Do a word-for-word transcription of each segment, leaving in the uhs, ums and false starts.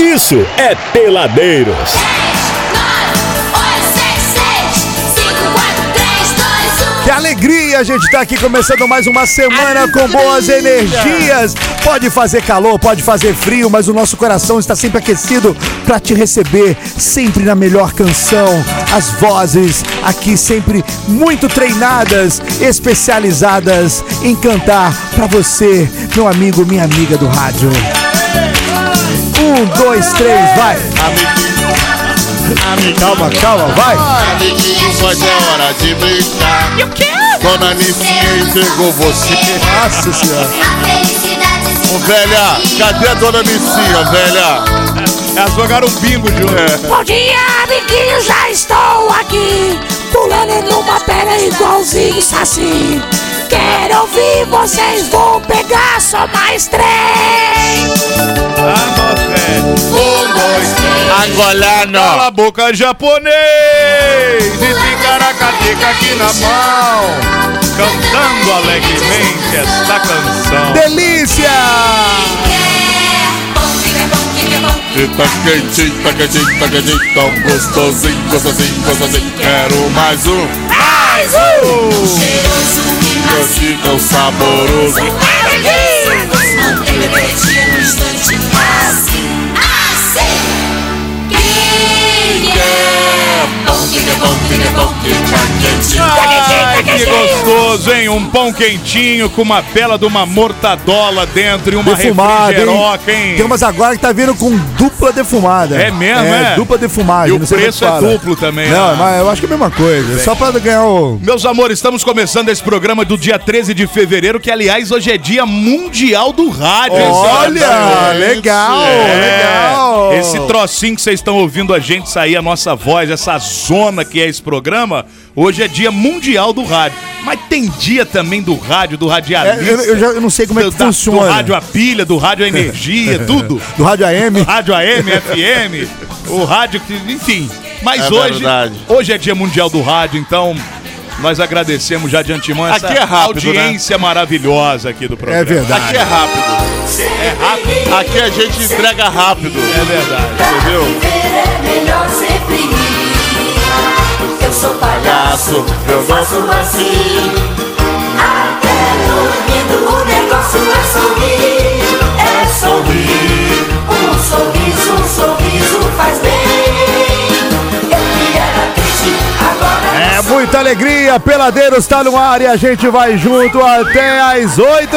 isso é Peladeiros. Que alegria a gente tá aqui começando mais uma semana com boas energias. Pode fazer calor, pode fazer frio, mas o nosso coração está sempre aquecido pra te receber, sempre na melhor canção. As vozes aqui sempre muito treinadas, especializadas em cantar pra você, meu amigo, minha amiga do rádio. Um, dois, três, vai! Calma, calma, vai! Amiguinhos, hoje é hora de brincar. E o quê? Dona Nicinha pegou você. Nossa senhora! Ô, velha, cadê a Dona Nicinha, velha? Elas jogaram um bingo, Júlio. É. Bom dia, amiguinhos, já estou aqui, pulando numa pedra igualzinho Saci. Quero ouvir vocês, vou pegar só mais três. Ah, nossa, velho. Um, dois, três. Angolano. Cala a boca, japonês. E ticaracateca aqui na mão, cantando alegremente esta canção. Delícia! Tá quentinho, tá quentinho, tá quentinho, tão gostosinho, gostosinho, gostosinho. Quero mais um. Mais um! Cheiroso, doce, tão saboroso. Ai, que gostoso, hein? Um pão quentinho com uma bela de uma mortadola dentro e uma Defumada, refrigeroca, hein? Tem umas agora que tá vindo com dupla defumada. É mesmo, é? Dupla defumagem. E o não sei preço como é fala. duplo também. Não, né? mas eu acho que é a mesma coisa. É só pra ganhar o... Meus amores, estamos começando esse programa do dia treze de fevereiro, que aliás hoje é dia mundial do rádio. hein, Olha, senhora? legal, É, legal. Esse trocinho que vocês estão ouvindo a gente sair, a nossa voz, essa zona que é esse programa, hoje é dia mundial do rádio. Mas tem dia também do rádio, do É, radialista. eu, eu já eu não sei como é que do, da- funciona. Do rádio a pilha, do rádio a energia, tudo. Do rádio A M. Rádio A M, F M, o rádio, que- enfim. Mas É hoje, verdade. hoje é dia mundial do rádio, então nós agradecemos já de antemão essa Aqui é rápido, audiência maravilhosa aqui do programa. É verdade. Aqui é rápido. É rápido, Aqui a gente entrega rápido. é verdade. Entendeu? É melhor sempre rir. Eu sou palhaço, eu faço assim. Até dormindo o negócio é sorrir. É sorrir. Um sorriso, um sorriso faz bem. Eu que era triste, agora É muita alegria, Peladeiros tá no ar e a gente vai junto até às oito.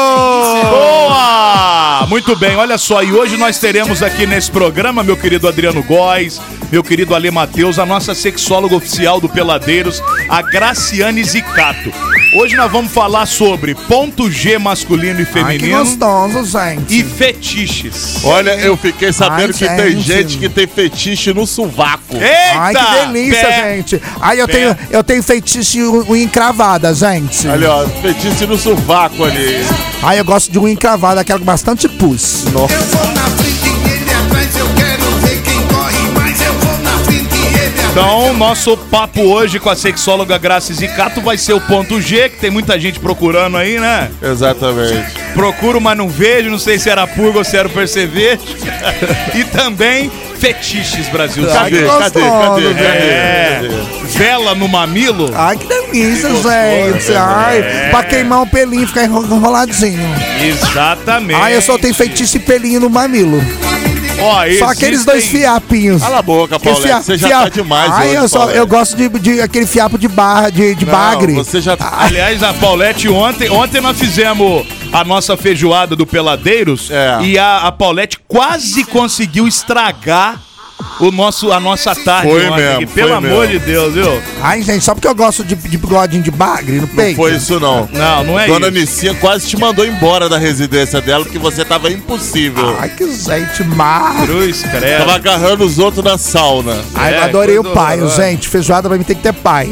Boa! Muito bem, olha só, e hoje nós teremos aqui nesse programa, meu querido Adriano Góes, meu querido Ale Matheus, a nossa sexóloga oficial do Peladeiros, a Graciane Zicato. Hoje nós vamos falar sobre ponto G masculino e Ai, que feminino gostoso, gente. e fetiches. Olha, eu fiquei sabendo Ai, que tem gente. gente que tem fetiche no sovaco. Eita! Ai, que delícia, Pé. gente. Ai, eu Pé. tenho, eu tenho feitiço unha encravada, gente. Olha, ó, fetiche no sovaco ali. Ai, eu gosto de unha encravada, aquela com bastante pus. Eu vou na frente e ele atrás, eu quero ver quem corre mais. Eu vou na frente e ele atrás. Então, nosso papo hoje com a sexóloga Graça Zicato vai ser o ponto G, que tem muita gente procurando aí, né? Exatamente. Procuro, mas não vejo, não sei se era purga ou se era o percevejo. E também fetiches, Brasil. Ai, que Cadê? Cadê? gostoso, Cadê? gente. É, Cadê? vela no mamilo. Ai, que delícia, Que gostoso, gente. né? Ai, É. pra queimar um pelinho, ficar enro- enroladinho. Exatamente. Ai, eu só tenho feitiço e pelinho no mamilo. Ó, Só existem- aqueles dois fiapinhos. Cala a boca, Aquele Paulette. fia- Você já fia- tá demais Ai, hoje, eu, só, Paulette. eu gosto de, de aquele fiapo de barra, de, de Não, bagre. você já tá... Aliás, a Paulette ontem, ontem nós fizemos a nossa feijoada do Peladeiros É. e a, a Paulette quase conseguiu estragar o nosso, a nossa tarde Foi ontem, mesmo, aqui, pelo foi amor mesmo. de Deus, viu? Ai, gente, só porque eu gosto de, de bigodinho de bagre no Não peito. foi isso, não. Não, não é Dona isso. Nicinha quase te mandou embora da residência dela porque você tava impossível. Ai, que gente má. Cruz, credo. Tava agarrando os outros na sauna. Ai, É, eu adorei o coisa pai, horrorosa. gente. Feijoada pra mim tem que ter pai.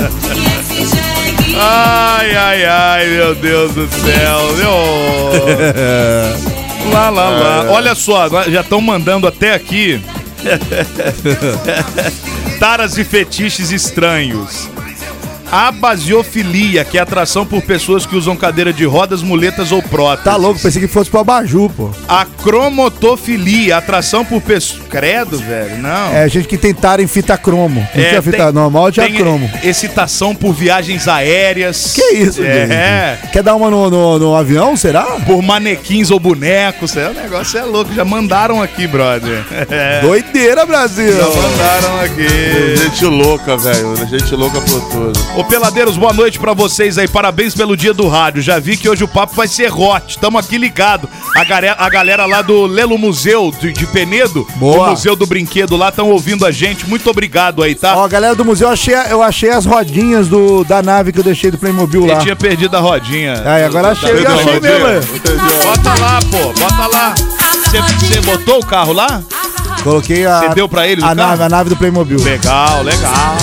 Ai, ai, ai, meu Deus do céu, viu? Lá, lá, lá. Olha só, já estão mandando até aqui taras e fetiches estranhos. abasiofilia, que é atração por pessoas que usam cadeira de rodas, muletas ou próteses. Tá louco, pensei que fosse pro abajur, pô. A cromotofilia, atração por pessoas... Credo, velho, não. É gente que tentaram em fita cromo. Não É, tinha fita tem- normal, tinha tem cromo. excitação por viagens aéreas. Que isso, É. gente? Quer dar uma no, no, no avião, será? Por manequins ou bonecos. É, o negócio é louco. Já mandaram aqui, brother. É. Doideira, Brasil! Já mandaram aqui. Gente louca, velho. Gente louca por tudo. Ô, Peladeiros, boa noite pra vocês aí. Parabéns pelo dia do rádio. Já vi que hoje o papo vai ser hot. Tamo aqui ligado. A galera, a galera lá do Lelo Museu de, de Penedo, Boa. do Museu do Brinquedo lá, estão ouvindo a gente. Muito obrigado aí, tá? Ó, galera do museu, eu achei, eu achei as rodinhas do, da nave que eu deixei do Playmobil lá. Eu tinha perdido a rodinha. Aí, agora achei, eu Perdeu a achei rodinha? mesmo. é. Bota lá, pô. Bota lá. Você botou o carro lá? Coloquei a... Você deu pra eles o a carro? nave, a nave do Playmobil. Legal, legal,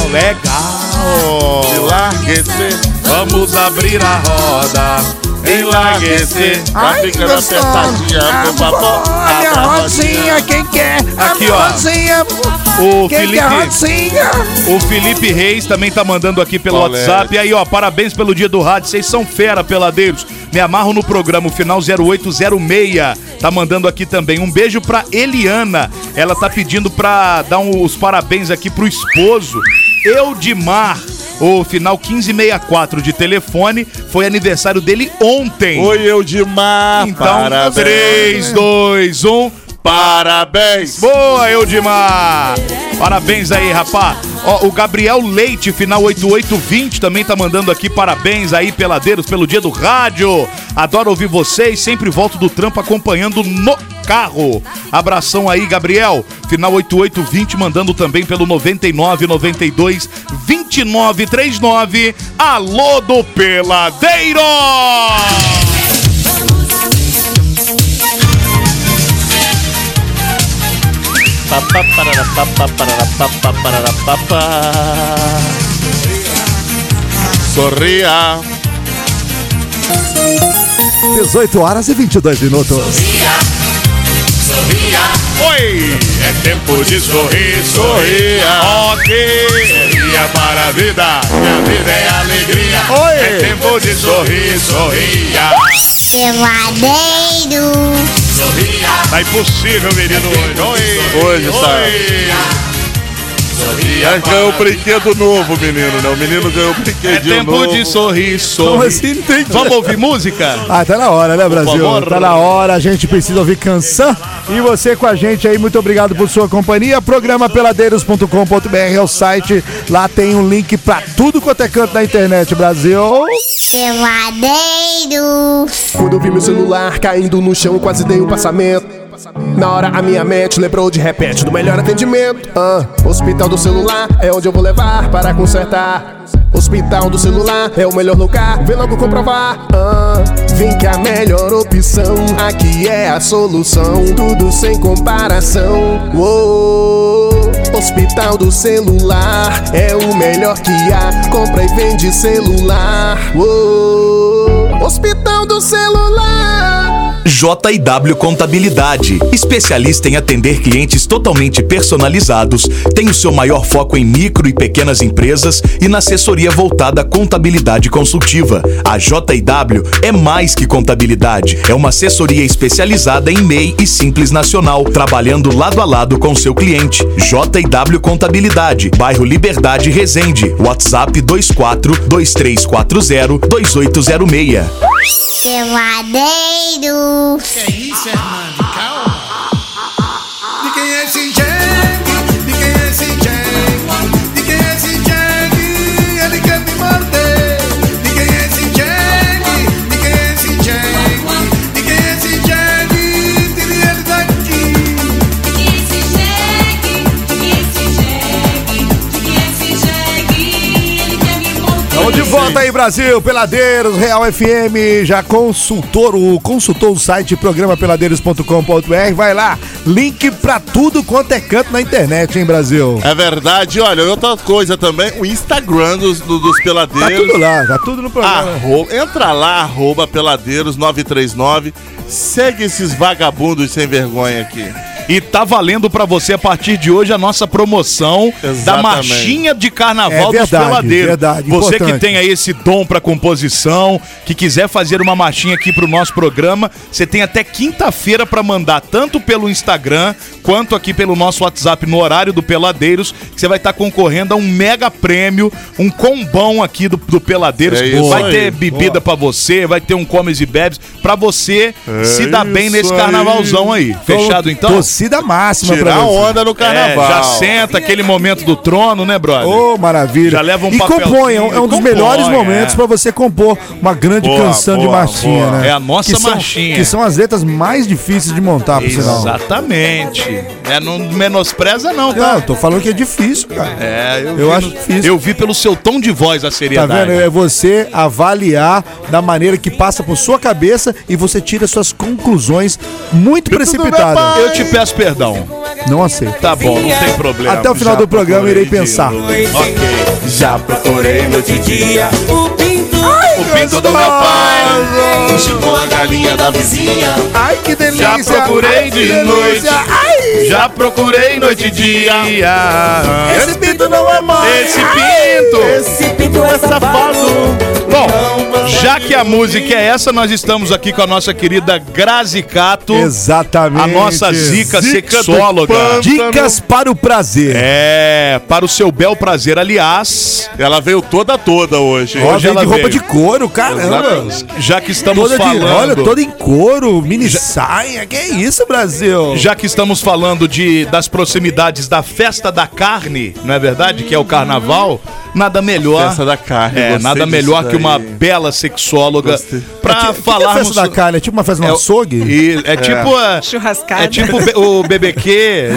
legal. Enlarguecer. Vamos abrir a roda. Enlarguecer. Tá ficando apertadinha, por favor. A minha rodinha, quem quer? A Aqui, minha ó. rodinha. O Quem quer Felipe, rodinha? o Felipe Reis também tá mandando aqui pelo Olé. WhatsApp. E aí, ó, parabéns pelo dia do rádio. Vocês são fera, peladeiros. Me amarro no programa, o final zero oito zero seis. Tá mandando aqui também. Um beijo pra Eliana. Ela tá pedindo pra dar um- os parabéns aqui pro esposo, Eudimar. O final quinze sessenta e quatro de telefone. Foi aniversário dele ontem. Oi, Eudimar. Então, Parabéns. três, dois, um. Parabéns. Boa, Eudimar! Parabéns aí, rapá. Ó, o Gabriel Leite, final oito oito vinte, também tá mandando aqui parabéns aí, peladeiros, pelo dia do rádio. Adoro ouvir vocês, sempre volto do trampo acompanhando no carro. Abração aí, Gabriel. Final oito oito vinte, mandando também pelo noventa e nove, noventa e dois, vinte e nove, trinta e nove. Alô do Peladeiro! Sorria. dezoito horas e vinte e dois minutos. Oi! É tempo de sorrir, sorria. Ok! Sorria para a vida, minha vida é alegria. Oi! É tempo de sorrir, sorria. Peladeiro. Tá impossível, menino, hoje. Oi! Hoje tá. Oi! Mas ganhou um brinquedo novo, menino, né? O menino ganhou um É brinquedinho tempo novo. de sorrir, Como sorrir. assim? Não entendi. Vamos ouvir música? Ah, tá na hora, né, Brasil? favor. Tá na hora, a gente precisa ouvir canção. E você com a gente aí, muito obrigado por sua companhia. Programa peladeiros ponto com ponto br é o site. Lá tem um link pra tudo quanto é canto na internet, Brasil. Peladeiro. Quando eu vi meu celular caindo no chão, quase dei um passamento. Na hora a minha mente lembrou de repente do melhor atendimento. Ah, hospital do celular é onde eu vou levar para consertar. Hospital do celular é o melhor lugar, vem logo comprovar. Ah, vem que a melhor opção aqui é a solução, tudo sem comparação. Uou, Hospital do celular é o melhor que há, compra e vende celular. Uou, Hospital do celular. J e W Contabilidade, especialista em atender clientes totalmente personalizados, tem o seu maior foco em micro e pequenas empresas e na assessoria voltada à contabilidade consultiva. A J e W é mais que contabilidade, é uma assessoria especializada em M E I e Simples Nacional, trabalhando lado a lado com seu cliente. J e W Contabilidade, bairro Liberdade, Resende, WhatsApp dois quatro dois três quatro zero dois oito zero seis. Peladeiro. Que isso, Hernando? Calma. De quem é esse jegue? De quem é esse jegue? De quem é esse jegue? Ele quer me morder. De quem é esse jegue? De quem é esse jegue? De quem é esse jegue? Tire ele daqui. De que esse jegue, de que esse jegue, de que esse jegue, ele quer me morder. Vamos de volta aí, Brasil. Peladeiros, Real F M, já consultou o, consultou o site programa peladeiros ponto com ponto br. Vai lá, link pra tudo quanto é canto na internet, hein, Brasil? É verdade, olha, outra coisa também, o Instagram dos, do- dos Tá peladeiros. tudo lá, tá tudo no programa. Arro- entra lá, arroba peladeiros nove três nove. Segue esses vagabundos sem vergonha aqui. E tá valendo pra você a partir de hoje a nossa promoção Exatamente. da marchinha de carnaval É verdade, dos peladeiros. verdade, Você importante. que tem aí esse dom pra composição, que quiser fazer uma marchinha aqui pro nosso programa, você tem até quinta-feira pra mandar tanto pelo Instagram quanto aqui pelo nosso WhatsApp no horário do Peladeiros, que você vai estar concorrendo a um mega prêmio, um combão aqui do, do Peladeiros. É isso vai aí. ter bebida pra você, vai ter um comes e bebes pra você se dar bem isso nesse aí. carnavalzão aí. Fechado então? Torcida máxima pra Tirar você. onda no É, carnaval. já senta aquele momento do trono, né, brother? Ô, maravilha. Já leva um e papelzinho, compõe, é um, é um dos compõe, melhores é. momentos pra você compor uma grande Boa, canção de boa, marchinha, boa. né? É a nossa que são, marchinha. Que são as letras mais difíceis de montar, por sinal. Exatamente. É, não menospreza não, Não, tá? eu tô falando que é difícil, cara. É, eu, Eu vi acho no- difícil. Eu vi pelo seu tom de voz a Tá seriedade. vendo? É você avaliar da maneira que passa por sua cabeça e você tira suas conclusões muito precipitadas. Eu te peço perdão. Não aceito. Tá bom, não tem problema. Até o final do programa eu irei pensar. Ok. Já procurei noite e dia. O pinto, O pinto do meu pai. Chegou a galinha da vizinha. Ai, que delícia! Já procurei Ai, que de delícia. noite. Ai, Já procurei noite e dia. esse pinto não é mais. Esse pinto. esse pinto é safado. Bom, já que a música é essa, nós estamos aqui com a nossa querida Grazi Cato, Exatamente. a nossa zica, Zica do sexóloga. pântano. Dicas para o prazer. É, para o seu bel prazer, aliás. Ela veio toda toda hoje. Ó, Hoje vem ela de roupa veio. de couro, caramba. Já que estamos Toda de, falando, olha, toda em couro, mini saia. Que isso, Brasil? já que estamos falando de das proximidades da festa da carne, não é verdade? Que é o carnaval. Nada melhor. Festa da carne, É, gostei nada disso melhor que uma daí. bela sexóloga Gostei. pra Que- que que é falarmos. festa da carne? É tipo uma festa no É o- açougue? E é tipo a- Churrascada. É tipo o B- o B B Q.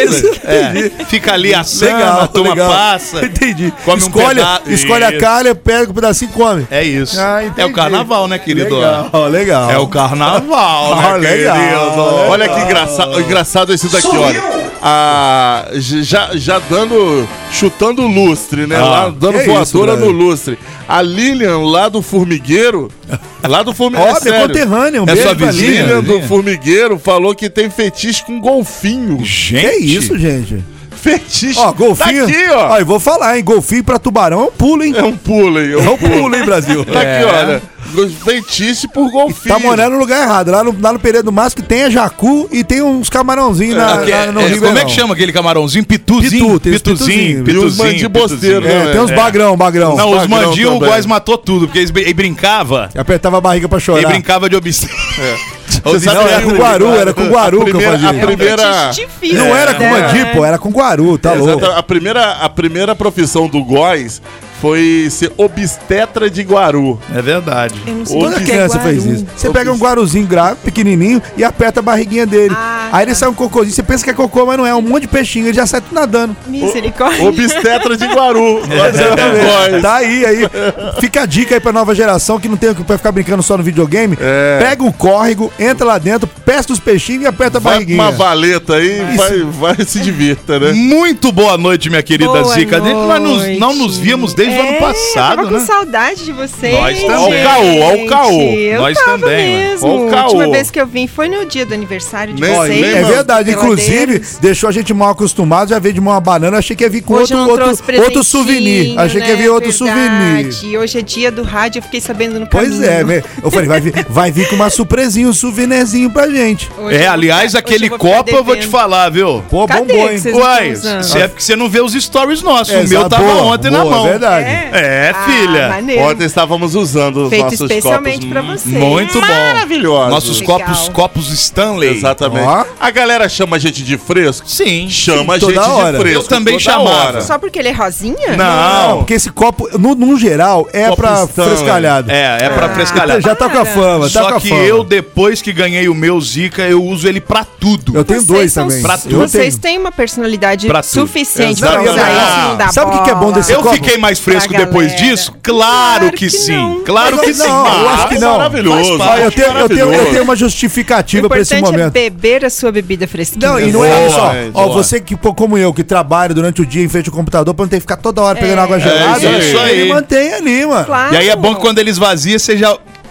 É, fica ali assando, Legal, a turma legal. passa. Entendi. Come um escolhe pedaço. escolhe a Isso. carne, pega um pedacinho e come. É isso. Ah, é entendi. o carnaval, né, querido? Legal, legal. É o carnaval, Ah, né, legal. querido? Olha que engraçado, engraçado esse daqui, olha. Ah, já, já dando, chutando o lustre, né? Ah, lá, dando que voadora isso, velho? no lustre. A Lilian lá do Formigueiro, lá do Formigueiro, Ó, minha conterrânea, um É beijo sua pra vizinha? Lilian. Lilian do Formigueiro falou que tem fetiche com golfinho. Gente. Que isso, gente? Fetiche. Ó, golfinho. Tá aqui, ó. Ó, eu vou falar, hein? Golfinho pra tubarão é um pulo, hein? É um pulo, hein? É É um um pulo, hein, Brasil? Tá aqui, olha. Fetiche por golfinho. Tá morando no lugar errado. Lá no, lá no Pereira do Masco tem a jacu e tem uns camarãozinhos na, É, na- no é, Rio como é Verão. que chama aquele camarãozinho? Pituzinho? Pitu, tem os pituzinho, pituzinho. E os mandibosteiros, pituzinho. É, tem uns bagrão, bagrão. Não, os Bagrão mandil, o também. Góis matou tudo, porque eles brin- ele brincava, E apertava a barriga pra chorar. ele brincava de obstétrica. Você sabe Não, que era com guaru, era com guaru a que eu primeira, fazia. a primeira, Difícil. Não era com né? mandi, pô, era com guaru, tá louco. Exato, a primeira, a primeira profissão do Góis foi ser obstetra de Guaru. É verdade. Eu não sei Toda o que é criança guaru. fez isso. Você pega um guaruzinho grave, pequenininho, e aperta a barriguinha dele. Ah, Aí ele sai um cocôzinho, você pensa que é cocô, mas não é. Um monte de peixinho, ele já sai tudo nadando. Misericórdia. Obstetra de Guaru. Exatamente. Góis. Tá aí, aí. Fica a dica aí pra nova geração que não tem o que pra ficar brincando só no videogame. É. Pega um córrego, entra lá dentro, pesca os peixinhos e aperta a Vai com barriguinha. uma valeta aí, vai, vai se divirta, né? Muito boa noite, minha querida Boa Zica. A gente nós nos- noite. não nos víamos desde o ano É, passado, tava com né? saudade de vocês. Nós também. Ó o caô, ó o caô. Eu Nós tava também, ué. mesmo. Ó o A caô. última vez que eu vim foi no dia do aniversário de Nem- vocês. nem É Não, verdade, inclusive, Peladeiros. deixou a gente mal acostumado, já veio de uma banana, achei que ia vir com Hoje outro, eu não outro, trouxe outro souvenir. presentinho, Achei que ia né? vir outro Verdade. souvenir. Hoje é dia do rádio, eu fiquei sabendo no caminho. Pois é, né? Eu falei, vai vir, vai vir com uma surpresinha, um souvenirzinho pra gente. Hoje É, eu vou aliás, ficar- aquele hoje eu vou ficar copo eu vou te devendo. falar, viu? Pô, Cadê bombom, que hein? vocês Uai, estão usando? se é porque você não vê os stories nossos. o meu Exato, tava boa, ontem na boa, mão. É verdade. É, Ah, filha. maneiro. Ontem estávamos usando os Feito nossos especialmente copos. pra você. Muito bom. Maravilhosos. Nossos Legal. copos, copos Stanley. Exatamente. Ó. A galera chama a gente de fresco? Sim. Chama a toda gente hora. de fresco. Eu também toda chamava. hora. Só porque ele é rosinha? Não, Não. porque esse copo, no, no geral, é Copo pra Stanley. frescalhado. É, é pra frescalhar. Já tá com a fama, tá Só com a que fama. eu, depois que ganhei o meu Zika, eu uso ele pra tudo. Eu tenho Vocês dois são- também. Pra Eu tudo. Vocês tenho. têm uma personalidade Pra tudo. suficiente pra Exatamente. usar isso e não dar Sabe o que que é bom bola. desse Eu copo? fiquei mais fresco Pra depois galera. disso? Claro, Claro que, que sim. não. Claro que Não, sim. eu acho que não. Maravilhoso. Ó, eu, tenho, eu, tenho, eu Maravilhoso. tenho uma O justificativa pra esse importante é momento. beber a sua bebida fresquinha. Não, e não é Boa, isso, ó. gente, Ó, boa. você que, pô, como eu, que trabalha durante o dia em frente ao computador pra não ter que ficar toda hora pegando É. água gelada, É isso aí. ele mantém ali, mano. Claro. E aí é bom que quando ele esvazia, você já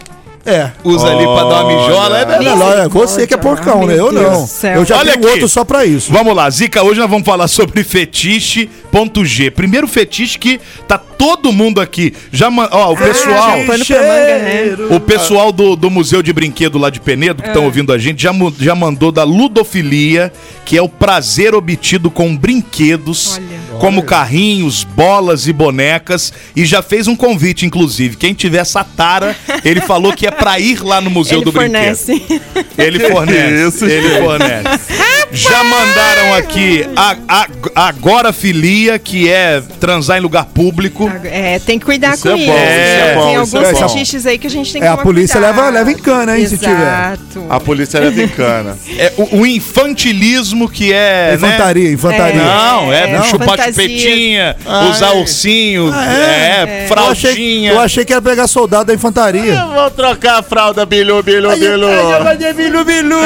É. Usa ali pra dar uma mijola. É É melhor, é você que é porcão, né? Eu não. Eu já Olha tenho aqui. outro só pra isso. Vamos lá, Zica, hoje nós vamos falar sobre fetiche.g. Primeiro fetiche que tá todo mundo aqui. Já, man- ó, o pessoal... já pano pra manga, né? O pessoal do, do Museu de Brinquedo lá de Penedo, que estão ouvindo a gente, já, mu- já mandou da ludofilia, que é o prazer obtido com brinquedos, Olha. como carrinhos, bolas e bonecas, e já fez um convite, inclusive. Quem tiver essa tara, ele falou que é pra ir lá no Museu Ele do fornece. Brinquedo. Ele fornece. isso, ele fornece. Já mandaram aqui a, a, agora filia, que é transar em lugar público. É, tem que cuidar Isso com é isso. bom, isso é Tem bom, isso alguns é bom. fetiches aí que a gente tem que É, a tomar polícia cuidado. leva- leva em cana, hein, se tiver. Exato. A polícia era vincana. É o, o infantilismo que é. Infantaria, né? infantaria. Não, é, É, chupar fantasia. chupetinha, Ai. usar ursinho, Ah, é, Eu achei, fraldinha. eu achei que era pegar soldado da infantaria. Eu vou trocar a fralda, bilu, bilu, bilu. Bilu, bilu.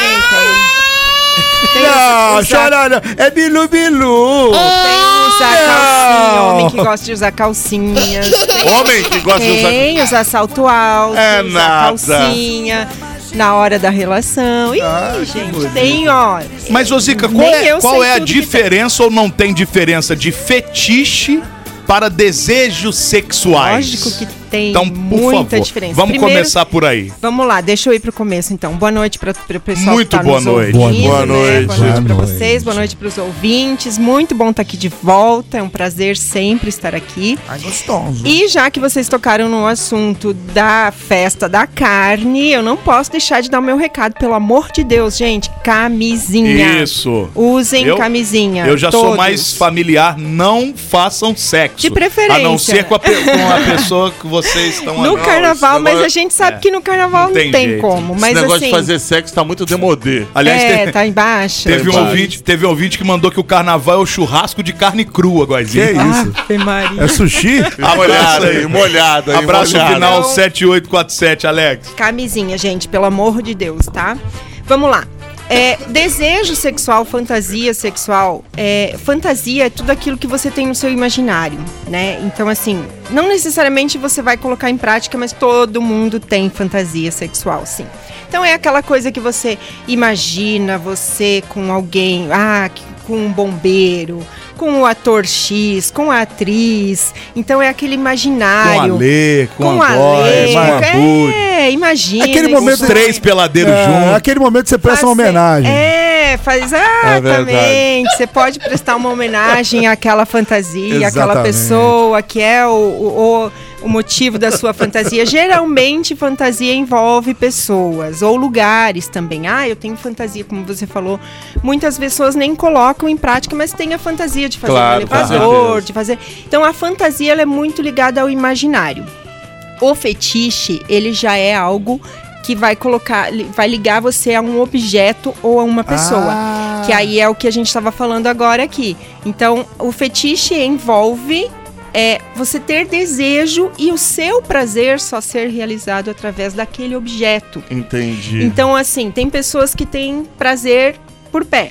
Tem Não, usar- chora, não. É bilu, bilu. Tem usar calcinha, Não. homem que gosta de usar calcinhas. Tem, Homem que gosta de usar... tem usar salto alto, É usar nada. calcinha na hora da relação. Ih, gente, tem, ó. Mas, ô Zica, qual, Nem é, eu qual sei é a tudo que tem. diferença ou não tem diferença de fetiche para desejos sexuais? Lógico que tem Então, por muita favor, diferença. vamos Primeiro, começar por aí. Vamos lá, deixa eu ir pro começo então. Boa noite para o pessoal Muito que tá boa nos noite. ouvindo, Boa né? noite. Boa noite Boa para noite. vocês, boa noite para os ouvintes. Muito bom estar aqui de volta, é um prazer sempre estar aqui. Ai, gostoso. E já que vocês tocaram no assunto da festa da carne, eu não posso deixar de dar o meu recado, pelo amor de Deus, gente, camisinha. Isso. Usem Eu- camisinha. Eu já sou todos. mais familiar, não façam sexo. De preferência. A não ser com a, pe- com a pessoa que vocês estão No ali. carnaval, esse mas negócio- a gente sabe é. que no carnaval Não não tem tem, jeito. como. Esse Mas negócio assim, de fazer sexo tá muito demodê. Aliás, é, teve, tá embaixo. teve um Verdade. ouvinte, teve um ouvinte que mandou que o carnaval é o churrasco de carne crua, Que Guazinho. isso? Ave Maria. É sushi? Molhada aí, molhada aí, Abraço molhada. final Então- sete oito quatro sete, Alex. Camisinha, gente, pelo amor de Deus, tá? Vamos lá. É, desejo sexual, fantasia sexual. É, fantasia é tudo aquilo que você tem no seu imaginário, né? Então, assim, não necessariamente você vai colocar em prática, mas todo mundo tem fantasia sexual, sim. Então, é aquela coisa que você imagina você com alguém, ah, que- com um bombeiro, com o ator X, com a atriz. Então, é aquele Com imaginário. a Lê, com, Com a a Glória, Lê, com a Bud. é, imagina. Aquele momento- Os três peladeiros É, juntos. aquele momento que você presta uma Fazer- homenagem. É, faz exatamente. Você pode prestar uma homenagem àquela fantasia, àquela Exatamente. pessoa que é o, o, o motivo da sua fantasia. Geralmente, fantasia envolve pessoas ou lugares também. Ah, eu tenho fantasia, como você falou. Muitas pessoas nem colocam em prática, mas tem a fantasia de fazer Claro, um com elevador, certeza. de fazer. Então, a fantasia ela é muito ligada ao imaginário. O fetiche, ele já é algo que vai colocar, li- vai ligar você a um objeto ou a uma pessoa. Ah. Que aí é o que a gente estava falando agora aqui. Então, o fetiche envolve é, você ter desejo e o seu prazer só ser realizado através daquele objeto. Entendi. Então, assim, tem pessoas que têm prazer por pé.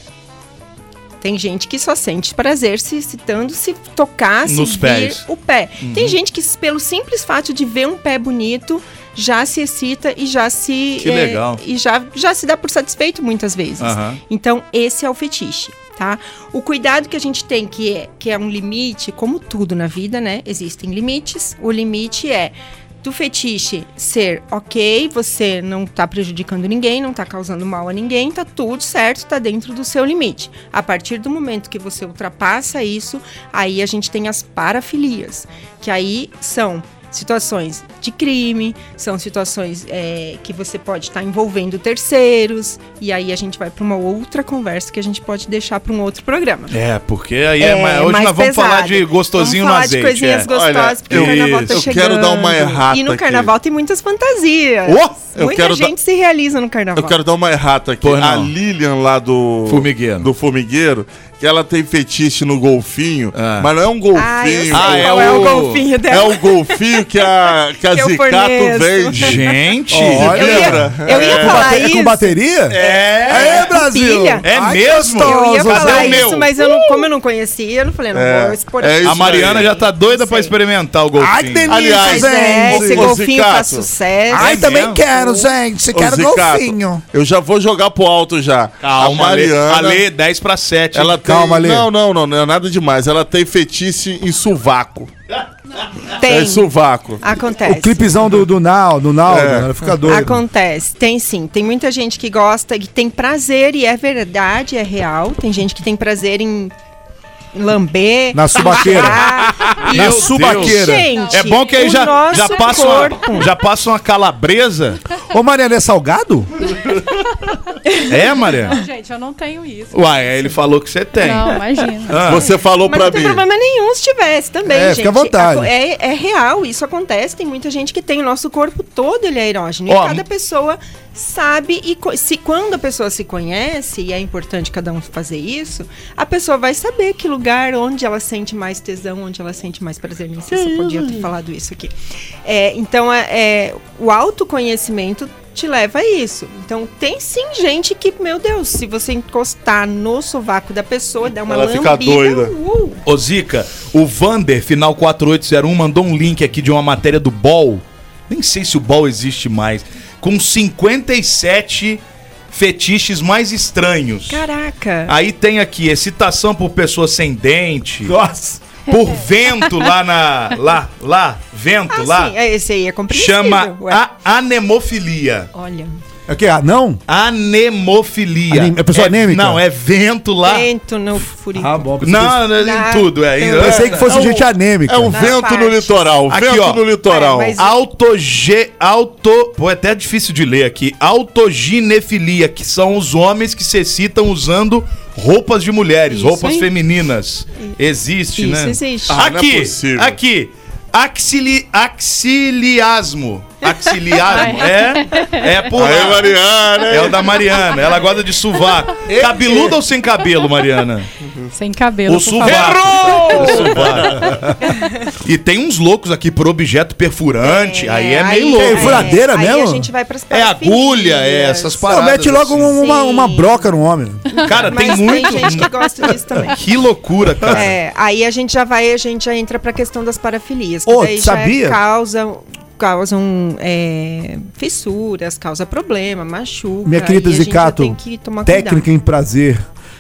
Tem gente que só sente prazer se excitando, se tocar, se Nos vir pés. o pé. Tem gente que, pelo simples fato de ver um pé bonito, já se excita e já se... Que é, legal. E já, já se dá por satisfeito muitas vezes. Aham. Então, esse é o fetiche, tá? O cuidado que a gente tem, que é, que é um limite, como tudo na vida, né? Existem limites. O limite é do fetiche ser ok, você não tá prejudicando ninguém, não tá causando mal a ninguém, tá tudo certo, tá dentro do seu limite. A partir do momento que você ultrapassa isso, aí a gente tem as parafilias, que aí são situações de crime, são situações é, que você pode estar envolvendo terceiros, e aí a gente vai para uma outra conversa que a gente pode deixar para um outro programa. É, porque aí é, É, mais- hoje mais nós vamos pesado. falar de gostosinho Vamos falar no azeite. de coisinhas é. gostosas, Olha, porque eu- o carnaval tá eu chegando. quero dar uma errata E no aqui. carnaval tem muitas fantasias. Oh, eu Muita quero gente se realiza no carnaval. Eu quero dar uma errata aqui. Pois não. A Lilian lá do Formigueiro. do Formigueiro, que ela tem fetiche no golfinho, Ah. mas não é um Ah, eu sei golfinho. Ah, é qual é o o- golfinho É dela. o golfinho acho que a, que a Que eu Zicato forneço. vende. Gente, Olha. Eu ia, eu ia Com, falar bate- isso. com bateria? É. É, Brasil. pilha. É Ai, mesmo? gostoso. Eu ia Cadê falar o meu? isso, mas eu não, como eu não conhecia, eu não falei, não É, vou expor é aqui. isso A Mariana aí. já tá doida pra Sei. experimentar o golfinho. Ai, que delícia, Aliás, Mas é, gente. esse Ô, golfinho Zicato. faz sucesso. Ai, É também mesmo? quero, gente. Ô, Quero Zicato, golfinho. eu já vou jogar pro alto já. Calma, a Mariana, Ale, Ale, dez pra sete. ela tem... Calma, Ale. Não, não, não, não é nada demais. Ela tem fetiche em sovaco. Tem. É sovaco. Acontece. O clipezão do, do Nau, do Nau, É. ela fica doida. Acontece, tem sim. Tem muita gente que gosta, que tem prazer, e é verdade, é real. Tem gente que tem prazer em lamber. Na subaqueira. cheirar, e- Na Deus. subaqueira. Gente, É bom que aí o já, nosso já, passa corpo. uma, já passa uma calabresa. Ô, Mariana, é salgado? É, Mariana? Gente, eu não tenho isso. Uai, ele falou que você tem. Não, imagina. Ah. Você falou Mas pra não tem mim. problema nenhum se tivesse também, É, gente. fica à vontade. Aco- É, é real, isso acontece. Tem muita gente que tem. O nosso corpo todo ele é erógeno. Ó, e cada pessoa sabe. E co- se, quando a pessoa se conhece, e é importante cada um fazer isso, a pessoa vai saber que lugar onde ela sente mais tesão, onde ela sente mais prazer. Nem sei se eu podia ter falado isso aqui. É, então, é, é, o autoconhecimento te leva a isso. Então, tem sim gente que, meu Deus, se você encostar no sovaco da pessoa, dá uma Ela fica lambida, doida. uh, Ô Zica, o Vander, final quatro oito zero um, mandou um link aqui de uma matéria do B O L. Nem sei se o B O L existe mais. Com cinquenta e sete fetiches mais estranhos. Caraca. Aí tem aqui excitação por pessoa sem dente, Nossa. por vento lá na... Lá, lá, vento Ah, lá. sim, é, esse aí é compreensível. Chama Ué. a anemofilia. Olha, É o quê? Ah, não? Anemofilia. Anem- é pessoa anêmica? Não, é vento lá. vento no furico. Ah, bom. Não, não é Na- em tudo. É, Eu Eu pensei que fosse É um- gente anêmica. É um Na vento parte. no litoral. Aqui, vento ó. no litoral. É, mas- Autoge... Auto... Pô, é até difícil de ler aqui. Autoginefilia, que são os homens que se excitam usando roupas de mulheres, Isso roupas aí. femininas. Existe, Isso né? existe. Ah, não é aqui, possível. aqui. Axili... Axiliasmo. Axiliasmo. é, é por Aí, lá. Mariana. É o da Mariana. Ela gosta de sovaco. Cabeludo ou sem cabelo, Mariana? Sem cabelo, O por favor. sovaco. O sovaco. E tem uns loucos aqui por objeto perfurante. aí é meio louco. É furadeira aí mesmo? a gente vai pras É agulha, é essas Não, paradas. mete logo assim. uma, Sim. uma broca no homem. Cara, tem Mas muito. tem gente que gosta disso também. Que loucura, cara. É, aí a gente já vai, a gente já entra pra questão das parafilias. Que Ô, daí sabia? já causa, causam é, fissuras, causa problema, machuca. Minha querida e a gente já Zicato, tem que tomar técnica cuidado. em prazer.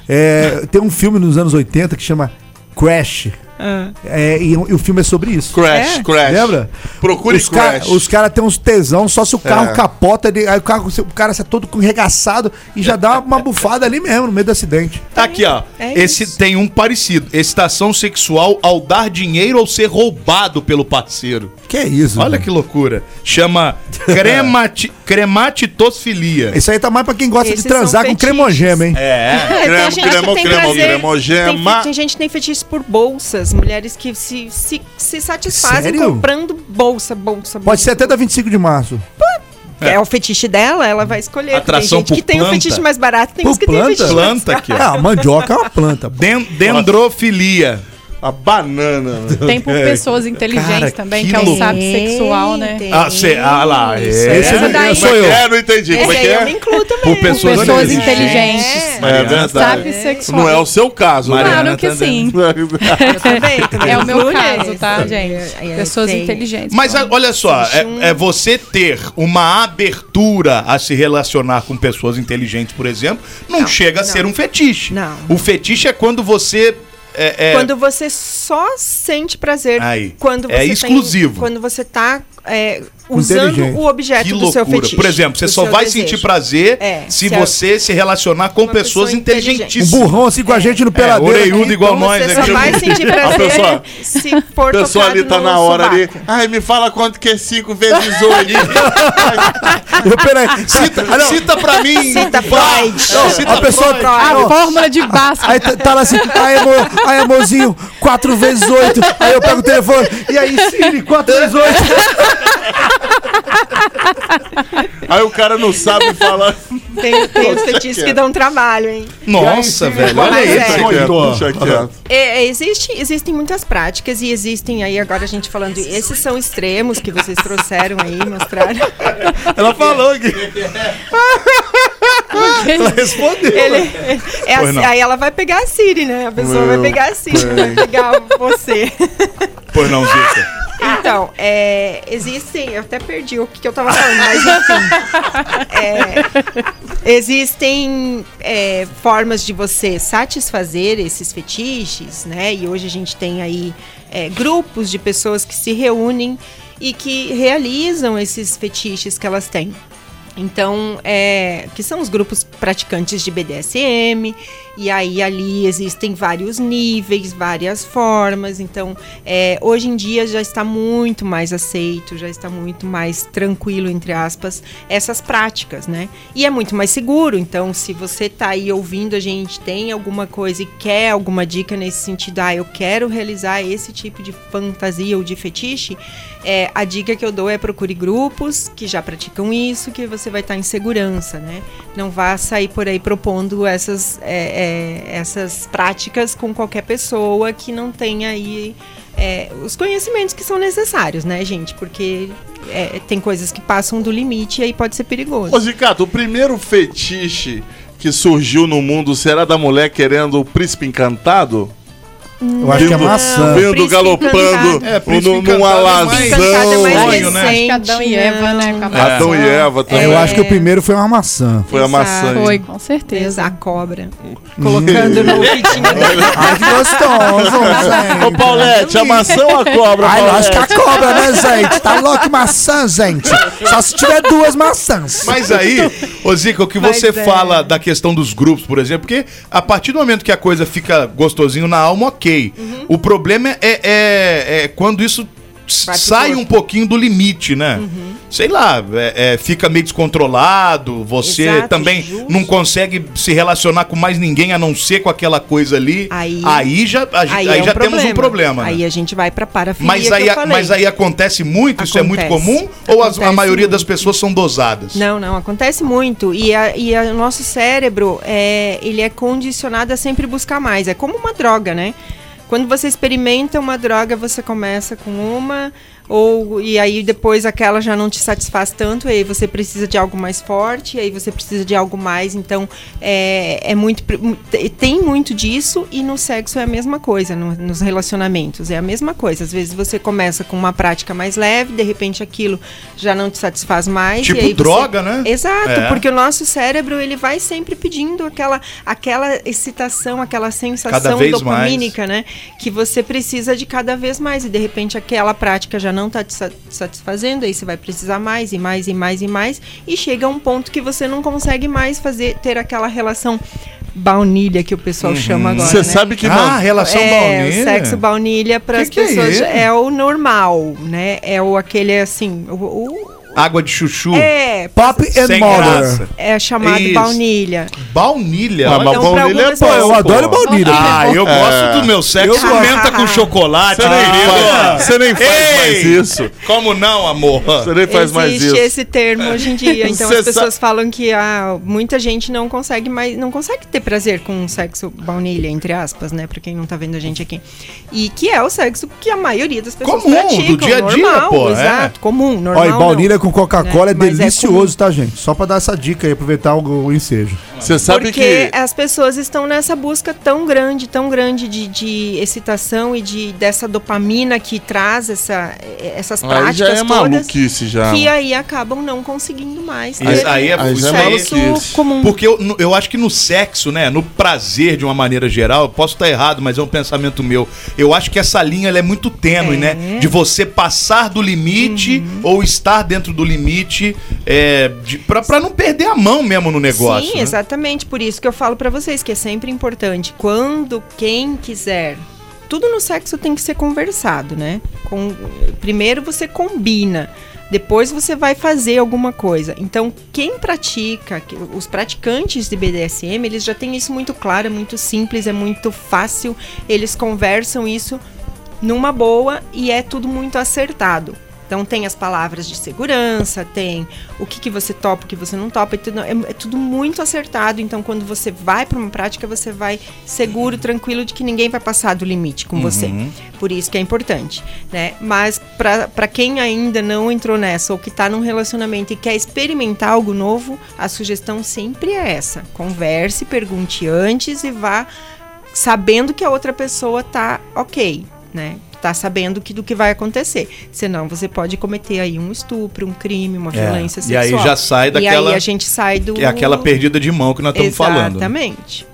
É, tem um filme nos anos oitenta que chama Crash. Ah. É, e, o- e o filme é sobre isso. Crash, É? crash. Lembra? Procure os ca- Crash. Os caras têm uns tesão, só se o carro É. capota, ele- aí o, carro, o cara sai todo arregaçado e já dá uma bufada ali mesmo, no meio do acidente. Aqui, ó. É Esse isso. tem um parecido. Excitação sexual ao dar dinheiro ou ser roubado pelo parceiro. Que é isso? Olha velho? que loucura. Chama cremati, crematitosfilia. Isso aí tá mais pra quem gosta Esses de transar são com fetiches. cremogema, hein? É. É, Cremo, tem gente cremo, que tem cremo, prazer, cremogema. tem, fe- tem gente que tem fetiche por bolsas, mulheres que se, se, se satisfazem Sério? comprando bolsa, bolsa, bolsa. Pode ser até da vinte e cinco de março. É. o fetiche dela, ela vai escolher. Atração tem gente que por tem um planta. fetiche mais barato, tem Por uns que tem planta? fetiche mais Planta aqui, ó. Ah, a mandioca é uma planta. Den- dendrofilia. A banana. né? Tem por pessoas inteligentes Cara, também, que que é o louco. sábio sexual, né? Tem. Ah, cê, ah lá. É. Esse Essa é- daí- sou eu. É, não entendi. Como Esse é aí que eu é? me incluo também. Por pessoas, Pessoas inteligentes. inteligentes. É Mariana verdade. Sábio sexual. Não é o seu caso, Mariana Claro que tá sim. Eu também, também É o meu incluo caso, nesse. tá, gente? É, é, Pessoas tem. inteligentes. Mas a- olha só, Existe um- é, é você ter uma abertura a se relacionar com pessoas inteligentes, por exemplo, não, Não, chega a não. ser um fetiche. Não. O fetiche é quando você. É, é- Quando você só sente prazer. Aí. Quando É você exclusivo. Tem, quando você tá é, usando Inteligente. o objeto que do seu loucura. fetiche. Por exemplo, você do só seu vai desejo. sentir prazer É, se se a- você se relacionar com uma pessoas pessoa inteligente. Um inteligentíssimas. burrão assim com a gente no peladeiro. orelhudo aqui. igual Então nós você aqui. só vai sentir prazer pessoa- se for A pessoa ali tocado tá no na hora ali. sovaco. Ai, me fala quanto que é cinco vezes oito. Eu, peraí. Cita, Ah, não. cita pra mim. Cita Freud. Não, cita A pessoa. Freud. A não. fórmula de Bhaskara. Aí tá tá lá assim, ai, amor, ai, amorzinho, quatro vezes oito. Aí eu pego o telefone, e aí, Siri, quatro vezes oito. Aí o cara não sabe falar. Tem, tem os fetiches que dão trabalho, hein? Nossa, velho, Mas olha é. isso. Deixa quieto, deixa quieto. É, é, existe, existem muitas práticas e existem aí, agora a gente falando, esses são extremos que vocês trouxeram aí, mostraram. Ela falou que... Ela respondeu. Ele, é Pois assim, não. aí ela vai pegar a Siri, né? A pessoa vai Meu pegar a Siri, vai pegar você. Pois não, Zica. Então, é, existem, eu até perdi o que, que eu tava falando, mas enfim. É, existem é, formas de você satisfazer esses fetiches, né? E hoje a gente tem aí é, grupos de pessoas que se reúnem e que realizam esses fetiches que elas têm. Então, é, que são os grupos praticantes de B D S M, e aí ali existem vários níveis, várias formas. Então, é, hoje em dia já está muito mais aceito, já está muito mais tranquilo, entre aspas, essas práticas, né? E é muito mais seguro. Então, se você está aí ouvindo a gente, tem alguma coisa e quer alguma dica nesse sentido, ah, eu quero realizar esse tipo de fantasia ou de fetiche, é, a dica que eu dou é procure grupos que já praticam isso, que você vai estar em segurança, né? Não vá sair por aí propondo essas, é, é, essas práticas com qualquer pessoa que não tenha aí é, os conhecimentos que são necessários, né, gente? Porque é, tem coisas que passam do limite e aí pode ser perigoso. Ô, Zicato, o primeiro fetiche que surgiu no mundo será da mulher querendo o príncipe encantado? Eu acho que é maçã. Vindo Príncipe galopando Encantado. É, Príncipe num, num Encantado é mais- Príncipe Encantado é mais sonho, né? recente, Acho que Adão e Eva, né? não. com a Adão maçã. e Eva também. Eu acho que o primeiro foi uma maçã. Foi a Exato. maçã. Foi, com certeza. A cobra. Colocando no fitinho dele. Ai, que gostoso, gente. Ô, Paulette, a maçã ou a cobra, Ai, Paulette? lógico que a cobra, né, gente? Tá louco maçã, gente. Só se tiver duas maçãs. Mas aí, ô Zica, o que Mas você é. fala da questão dos grupos, por exemplo, porque a partir do momento que a coisa fica gostosinho na alma, ok. Uhum. O problema é, é, é quando isso Vai pro sai corpo. um pouquinho do limite, né? Sei lá, é, é, fica meio descontrolado, você Exato, também justo. não consegue se relacionar com mais ninguém a não ser com aquela coisa ali. Aí- já, a gente- Aí, aí é um já temos um problema. problema. né? Aí a gente vai pra parafilia Mas que aí, eu a- falei. mas aí acontece muito? Isso é muito Acontece. comum? Ou as- a Acontece maioria das muito. pessoas são dosadas? Não, não, acontece muito. E, a- e a- o nosso cérebro, é, ele é condicionado a sempre buscar mais. É como uma droga, né? Quando você experimenta uma droga, você começa com uma, ou, e aí depois aquela já não te satisfaz tanto, e aí você precisa de algo mais forte, e aí você precisa de algo mais. Então, é, é muito, tem muito disso, e no sexo é a mesma coisa, no- nos relacionamentos é a mesma coisa. Às vezes você começa com uma prática mais leve, de repente aquilo já não te satisfaz mais. Tipo e aí você- droga, né? Exato, É. porque o nosso cérebro, ele vai sempre pedindo aquela, aquela excitação, aquela Cada sensação vez dopamínica, né? Que você precisa de cada vez mais. E de repente aquela prática já não está te sa- satisfazendo, aí você vai precisar mais e mais e mais e mais. E chega a um ponto que você não consegue mais fazer, ter aquela relação baunilha que o pessoal chama agora. Você né? sabe que... Ah, man- relação É, baunilha. o sexo baunilha para as Que que é pessoas isso? é, o normal, né? É o aquele assim, o, o- Água de chuchu. é, Pop and Sem Mother. graça. é chamado Isso. baunilha. Baunilha? Ah, Olha. mas Então, pra baunilha é algumas bom, Pô, eu pô. adoro baunilha. Ah, eu É. gosto do meu sexo. gosto. Menta com chocolate. Você nem querido. faz- você nem faz Ei, mais isso. Como não, amor? Você nem faz mais Existe isso. esse termo hoje em dia. Então Cê as pessoas falam que ah, muita gente não consegue mais, não consegue ter prazer com o sexo baunilha, entre aspas, né? Pra quem não tá vendo a gente aqui. E que é o sexo que a maioria das pessoas Comum, praticam. do dia a dia, normal, pô, é. Exato, comum, normal. Ó, e baunilha não. com Coca-Cola é Né? Mas é delicioso, tá, gente? Só pra dar essa dica aí, aproveitar o, o ensejo. Você sabe Porque que... as pessoas estão nessa busca tão grande, tão grande de, de excitação e de, dessa dopamina que traz essa, essas Aí práticas já é todas, maluquice, já. que aí acabam não conseguindo mais ter Isso aí é- Aí o já é sexo maluquice. comum. Porque eu, no- eu acho que no sexo, né, no prazer de uma maneira geral, eu posso estar errado, mas é um pensamento meu. Eu acho que essa linha ela é muito tênue, É. né? De você passar do limite ou estar dentro do limite, é, de, pra, pra não perder a mão mesmo no negócio. Sim, né? exatamente. Por isso que eu falo pra vocês que é sempre importante. Quando quem quiser. Tudo no sexo tem que ser conversado, né? Com, primeiro você combina. Depois você vai fazer alguma coisa. Então, quem pratica, que- os praticantes de B D S M, eles já têm isso muito claro, é muito simples, é muito fácil. Eles conversam isso numa boa e é tudo muito acertado. Então tem as palavras de segurança, tem o que, que você topa, o que você não topa, é tudo, é, é tudo muito acertado. Então quando você vai para uma prática, você vai seguro, tranquilo de que ninguém vai passar do limite com Uhum. você. Por isso que é importante, né? Mas para quem ainda não entrou nessa ou que está num relacionamento e quer experimentar algo novo, a sugestão sempre é essa. Converse, pergunte antes e vá sabendo que a outra pessoa tá ok, né? Tá sabendo que, do que vai acontecer. Senão você pode cometer aí um estupro, um crime, uma É. violência E sexual. aí já sai E daquela- aí a gente sai do... É aquela perdida de mão que nós estamos falando. Exatamente.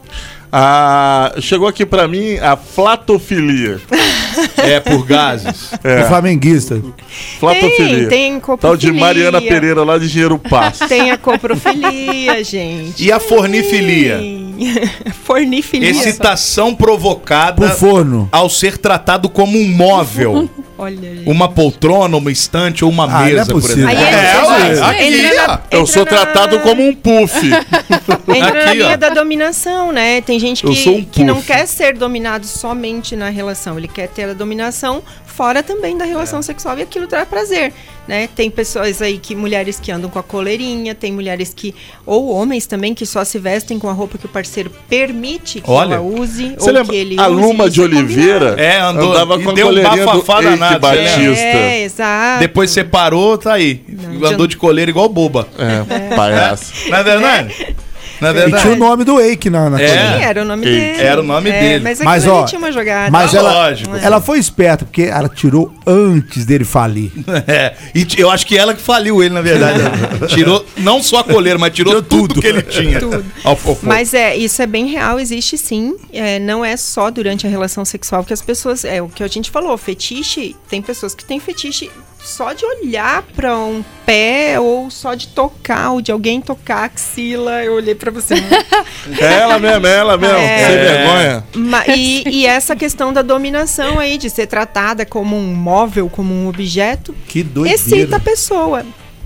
Ah, chegou aqui pra mim a flatofilia. É por gases. É. O flamenguista. Flatofilia. Tem, tem Tal coprofilia. de Mariana Pereira lá de Engenheiro Passo. Tem a coprofilia, gente. E a fornifilia? Fornifilia. Excitação provocada Pro forno. ao ser tratado como um móvel. Olha, gente. Uma poltrona, uma estante ou uma Ah, não é mesa, por possível. exemplo. Aí É, entra- ué, aqui, entra na- ó. Eu sou entra na- tratado como um puff. Entra na Aqui, linha ó. da dominação, né? Tem gente Eu que, sou um que não puff. quer ser dominado somente na relação. Ele quer ter a dominação fora também da relação sexual e aquilo traz prazer, né? Tem pessoas aí que, mulheres que andam com a coleirinha, tem mulheres que, ou homens também, que só se vestem com a roupa que o parceiro permite que Olha, ela use. Você ou lembra? que ele A use, Luma isso de é Oliveira É, andou andava e com a deu um coleirinha do bafafá Eike danado, Batista. combinado. É, exato. Depois separou, tá aí. Não, Andou já- de coleira igual boba. É, palhaço. Não é verdade? Não é E verdade? tinha o nome do Eike na, na É. coisa. Sim, era o nome Eike. dele. Era o nome É, dele. Mas, Mas, aquilo ó, ali tinha uma jogada. Mas Ah, ela, lógico. ela foi esperta, porque ela tirou antes dele falir. É, e t- eu acho que ela que faliu ele, na verdade. Tirou não só a coleira, mas tirou, tudo que ele tinha. Tudo. Ao fofo. Mas é, isso é bem real, existe sim. É, não é só durante a relação sexual que as pessoas. É o que a gente falou, fetiche. Tem pessoas que têm fetiche só de olhar pra um pé ou só de tocar, ou de alguém tocar a axila. Eu olhei pra você. É ela mesmo, é ela mesmo. É. Sem vergonha. Ma- e, e essa questão da dominação aí, de ser tratada como um móvel, como um objeto, Que doideira. excita a pessoa.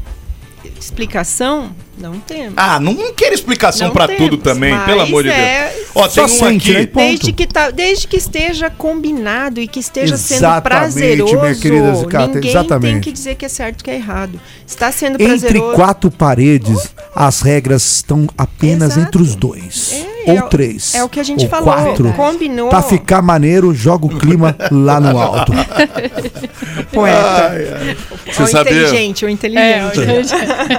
Explicação? Não temos. Ah, não, não quero explicação Não pra temos, tudo também, mas pelo amor de Deus. é- Ó, Só tem um sente, aqui. né? Ponto. Desde que, tá, desde que esteja combinado e que esteja sendo Exatamente, prazeroso, minha querida Zicata, ninguém exatamente. tem que dizer que é certo que é errado. Está sendo Entre prazeroso. quatro paredes, as regras estão apenas Exato. entre os dois. É, ou é o- três. é o que a gente ou falou, Quatro. combinou. Pra ficar maneiro, joga o clima lá no alto. Poeta. Você Ou sabia? inteligente, ou É, inteligente.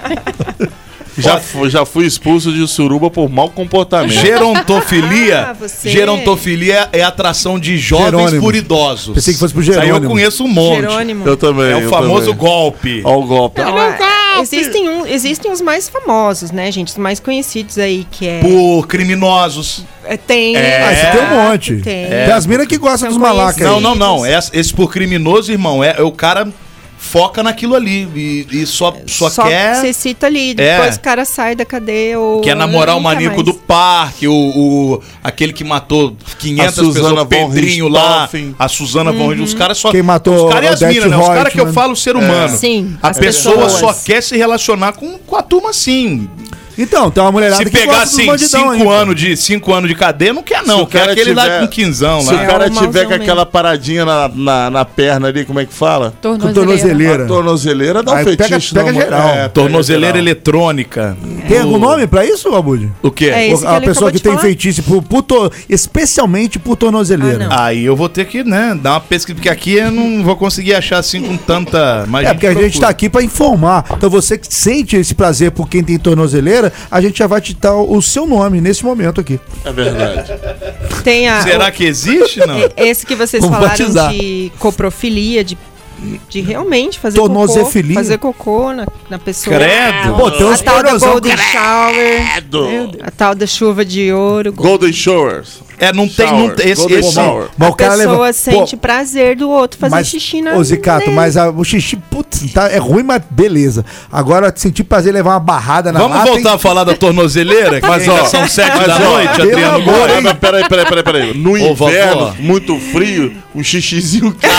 Já, fu- já fui expulso de suruba por mau comportamento. Gerontofilia. Ah, você. Gerontofilia é atração de jovens Jerônimo. por idosos. Pensei que fosse pro Isso aí eu Jerônimo. conheço um monte. Jerônimo. Eu também. É o eu famoso também. golpe. Ó o golpe. Não, é, existem, um, existem os mais famosos, né, gente? Os mais conhecidos aí, que é... Por criminosos. é, Tem. É. Ah, isso tem um monte. Tem. Tem as minas que gostam São dos malacas aí. Não, não, não. Esse, esse por criminoso, irmão, é, é o cara foca naquilo ali e, e só, só, Só quer... você cita ali, É. depois o cara sai da cadeia ou... Quer namorar o nunca maníaco mais. do parque, o, o- aquele que matou quinhentas A Suzana pessoas, o von Pedrinho lá, Richthofen. a Suzana von Richthofen, os caras só... Quem matou os caras e as Odete minas, né? Os caras que eu Reutemann. falo, o ser humano. Sim, A as pessoa pessoas. só quer se relacionar com, com a turma assim. Então, tem uma mulherada Se que pegar gosta dos assim, bandidão cinco aí, pô. anos, de, cinco anos de cadeia, não quer Se não. o Quer cara aquele lá tiver- com quinzão Se lá. o cara É o tiver mauzão com aquela paradinha na, na, na perna ali, como é que fala? Com Tornozeleira. tornozeleira. A tornozeleira dá um Aí fetiche. pega- pega não, geral. É, Tornozeleira pega geral. eletrônica. Tem algum nome pra isso, Abud? O quê? É esse que A ele pessoa acabou que de tem falar? feitiço, por, por to- especialmente por tornozeleira. Ah, não. Aí eu vou ter que, né, dar uma pesquisa, porque aqui eu não vou conseguir achar assim com tanta... Mas É, porque a gente procura. tá aqui pra informar. Então você que sente esse prazer por quem tem tornozeleira, a gente já vai te dar o seu nome nesse momento aqui. É verdade. Tem a, Será que existe, não? o- esse que vocês Vamos falaram batizar. de coprofilia, de, de realmente fazer Tornozefilia. cocô, fazer cocô na, na pessoa. Credo. Pô, tem A uns tal da pornozão. Golden Shower, Credo. a tal da chuva de ouro. Golden Showers. É, não tem... Não Shower. tem esse, Golden esse, shower. Mas A o cara pessoa leva. sente Pô, prazer do outro fazer mas, xixi na... ô Zicato, nele. mas a- o xixi, putz, tá, é ruim, mas beleza. Agora, sentir prazer levar uma barrada na Vamos lata, voltar hein? a falar da tornozeleira? Que Mas, ainda ó, são sete mas, da ó, noite, pelo Adriano amor, Góes. hein? Mas peraí, peraí, peraí, peraí. No Ô, inverno, vovó. muito frio, um xixizinho quente.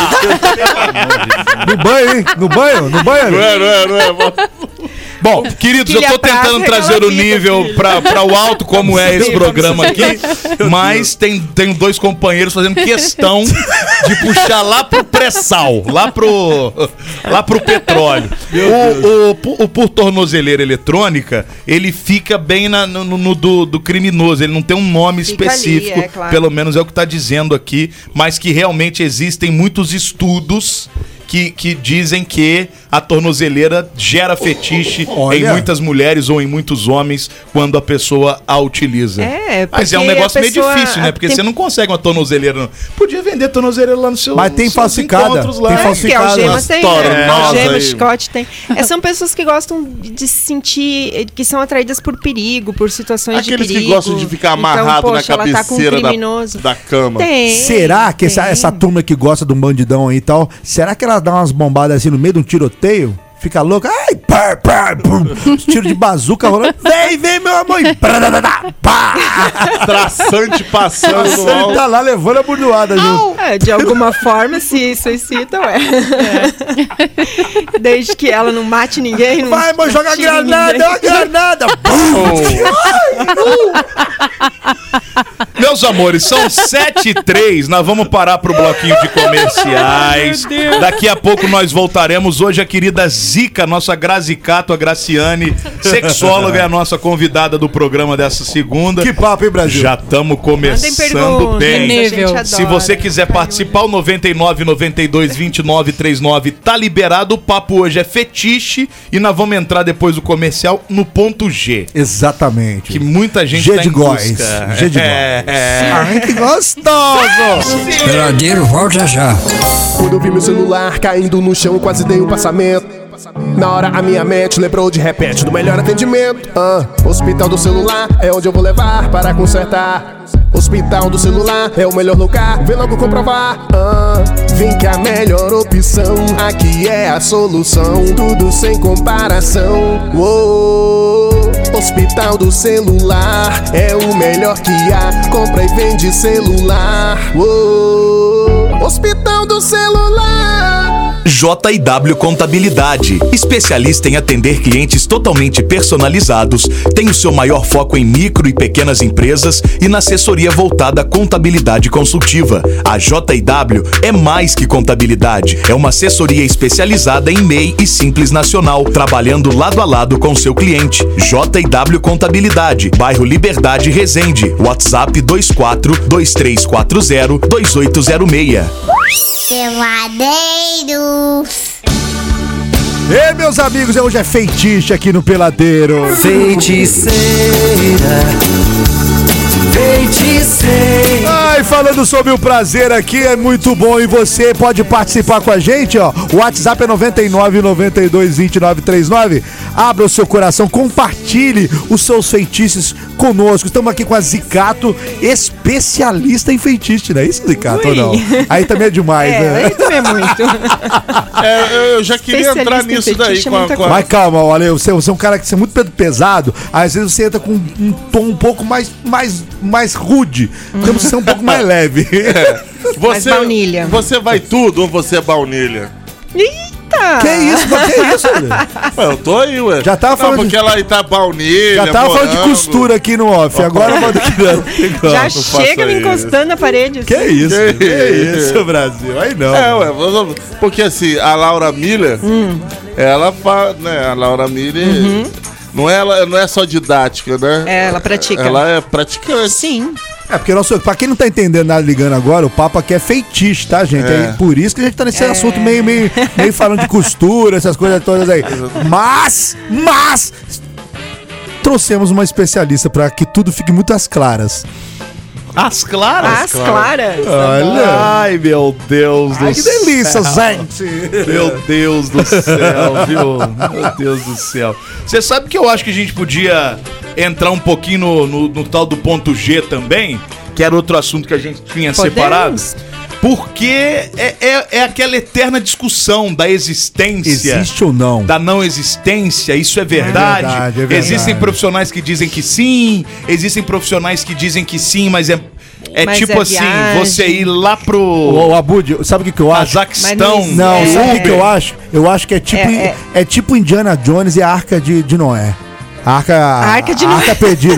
No banho, hein? No banho, no banho. Não é, não é, não é. Bom, queridos, eu que tô lhe apraz tentando é trazer aquela o vida, nível filho. pra, pra o alto, como é esse programa aqui, mas tem, tem dois companheiros fazendo questão de puxar lá pro pré-sal, lá pro, lá pro petróleo. o, o, o por tornozeleira eletrônica, ele fica bem na, no, no do, do criminoso. Ele não tem um nome Fica específico, ali, é claro. pelo menos é o que tá dizendo aqui, mas que realmente existem muitos estudos que, que dizem que a tornozeleira gera fetiche Olha. em muitas mulheres ou em muitos homens quando a pessoa a utiliza. É, Mas é um porque negócio a meio pessoa- difícil, né? Porque tem- você não consegue uma tornozeleira. Não. Podia vender tornozeleira lá no seu Mas tem seus falsificada, encontros lá. tem É, porque falsificada. algemas tem, Tornosa né? Algema, aí. chicote tem. É, são pessoas que gostam de se sentir, que são atraídas por perigo, por situações Aqueles de que perigo. gostam de ficar amarrado então, poxa, na ela tá com um cabeceira criminoso. da, da cama. Tem. Será que essa, tem. essa turma que gosta de um bandidão aí e tal, será que ela dá umas bombadas assim no meio de um tiroteio? Fica louca? Ai, pá, pá, pum, tiro de bazuca rolando. Vem, vem, meu amor. E pá. Traçante passando no Ele alto. tá lá levando a burdoada junto. É, de alguma forma se suicidam, é. Desde que ela não mate ninguém. Não Vai, mãe, joga a tire granada, ninguém. a granada. Meus amores, são sete e três. Nós vamos parar pro bloquinho de comerciais. Daqui a pouco nós voltaremos. Hoje a querida Zica, nossa Grazicato, a Graciane, sexóloga, é a nossa convidada do programa dessa segunda. Que papo, hein, Brasil? Já estamos Mandem começando perguntas, bem. a gente Nível. adora. Se você quiser participar, o noventa e nove, noventa e dois, vinte e nove, trinta e nove tá liberado. O papo hoje é fetiche e nós vamos entrar depois do comercial no ponto G. Exatamente. Que muita gente G tá de em góis. busca. G de É, é. Ai, que gostoso. Peladeiro, volta já. Quando eu vi meu celular caindo no chão, quase dei um passamento. Na hora a minha mente lembrou de repente do melhor atendimento. Ah, hospital do celular é onde eu vou levar para consertar. Hospital do celular é o melhor lugar, vem logo comprovar. Ah, vem que a melhor opção aqui é a solução, tudo sem comparação. Uou, Hospital do celular é o melhor que há, compra e vende celular. Uou, Hospital do celular. J e W Contabilidade, especialista em atender clientes totalmente personalizados, tem o seu maior foco em micro e pequenas empresas e na assessoria voltada à contabilidade consultiva. A J e W é mais que contabilidade, é uma assessoria especializada em M E I e Simples Nacional, trabalhando lado a lado com seu cliente. J e W Contabilidade, bairro Liberdade, Resende, WhatsApp dois quatro dois três quatro zero dois oito zero seis. Peladeiros. Ei, meus amigos, hoje é feitiço aqui no Peladeiro. Feiticeira. Feiticeira. Ai, falando sobre o prazer aqui, é muito bom e você pode participar com a gente, ó. O WhatsApp é noventa e nove, noventa e dois, vinte e nove, trinta e nove. Abra o seu coração, compartilhe os seus feitiços conosco. Estamos aqui com a Zicato, especialista em feitiço, não é isso, Zicato? Ou não? Aí também é demais, É, né? aí também é muito. É, eu já queria Especialista entrar em nisso daí fetiche é com a, muita com a- Mas calma, olha, você, você é um cara que você é muito pe- pesado, às vezes você entra com um tom um pouco mais, mais, mais rude. Temos que ser um pouco mais leve. Você, baunilha. você vai tudo ou você é baunilha? Eita! Que isso, mas que isso, velho? Ué, eu tô aí, ué. Já tava Não, falando porque de- ela aí tá baunilha, Já tava falando de morango. costura aqui no off, agora manda aqui não. Já não chega faça me isso. encostando na parede. Que assim. isso, Que que isso, Brasil? Aí não. É, ué, vamos- porque assim, a Laura Miller, Hum. ela faz, né, a Laura Miller, Uhum. não, é, ela, não é só didática, né? É, ela pratica. Ela é praticante. Sim. É, porque nosso, pra quem não tá entendendo nada ligando agora, o papo aqui é feitiço, tá, gente? É. É por isso que a gente tá nesse É. assunto meio, meio, meio falando de costura, essas coisas todas aí. Mas, mas, trouxemos uma especialista pra que tudo fique muito às claras. As claras? As claras. Olha. Ai, meu Deus do Ai, que céu. delícia, gente! Meu Deus do céu, viu? Meu Deus do céu. Você sabe que eu acho que a gente podia entrar um pouquinho no, no, no tal do ponto G também, que era outro assunto que a gente tinha Podemos? separado. Porque é, é, é aquela eterna discussão da existência. Existe ou não? Da não existência, isso é verdade? É verdade, é verdade. Existem profissionais que dizem que sim, existem profissionais que dizem que sim, mas é, é Mas tipo é assim, viagem. você ir lá pro Ô, Abud, sabe o que, que eu acho? Cazaquistão. Mas Não, É. sabe o que, que eu acho? Eu acho que é tipo, É, é. é tipo Indiana Jones e a Arca de, de Noé. A Arca, a Arca de a Noé. Arca perdida lá.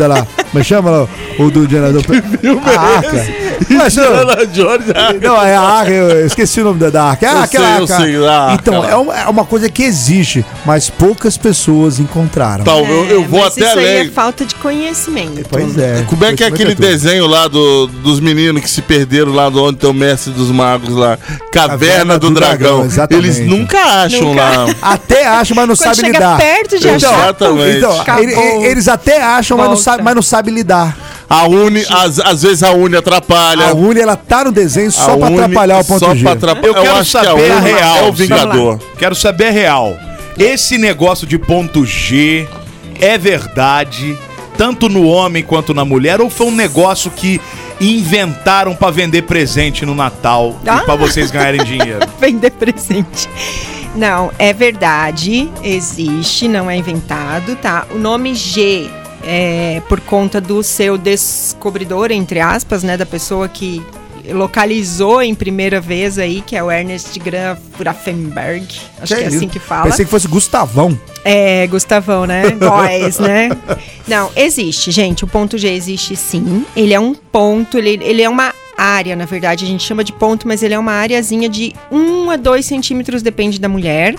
Mas chama o do Indiana Jones. A arca. Mas, Indiana Jones, a arca. Não, é a arca, eu esqueci o nome da, da arca. É Eu aquela sei, eu arca. sei, a arca Então, lá. é uma, é uma coisa que existe, mas poucas pessoas encontraram. Tal, eu, eu vou Mas até isso aí é além. falta de conhecimento. Pois é. Como é que é aquele tudo. desenho lá do, dos meninos que se perderam lá do onde tem o mestre dos magos lá? Caverna, do, do Dragão. Dragão, exatamente. Eles nunca acham Nunca. lá. Até acham, mas não Quando sabem chega lidar. perto de Então, achar, Exatamente. Então, Acabou. ele- ele- eles até acham, mas não, Volta. sabe, mas não sabem lidar. A Uni, às, às vezes a Uni atrapalha. A Uni, ela tá no desenho só A pra Uni atrapalhar o ponto só G. pra atrapalhar. Eu quero acho que saber a Uni real. É o Vamos Vingador. Quero saber a real. Esse negócio de ponto G é verdade, tanto no homem quanto na mulher, ou foi um negócio que inventaram pra vender presente no Natal Ah. e pra vocês ganharem dinheiro? Vender presente. Não, é verdade, existe, não é inventado, tá? O nome G é por conta do seu descobridor, entre aspas, né, da pessoa que localizou em primeira vez aí, que é o Ernest Grafenberg, acho que é assim que fala. Pensei que fosse Gustavão. É, Gustavão, né? Góes, né? Não, existe, gente. O ponto G existe sim. Ele é um ponto, ele, ele é uma área, na verdade. A gente chama de ponto, mas ele é uma areazinha de um a dois centímetros, depende da mulher.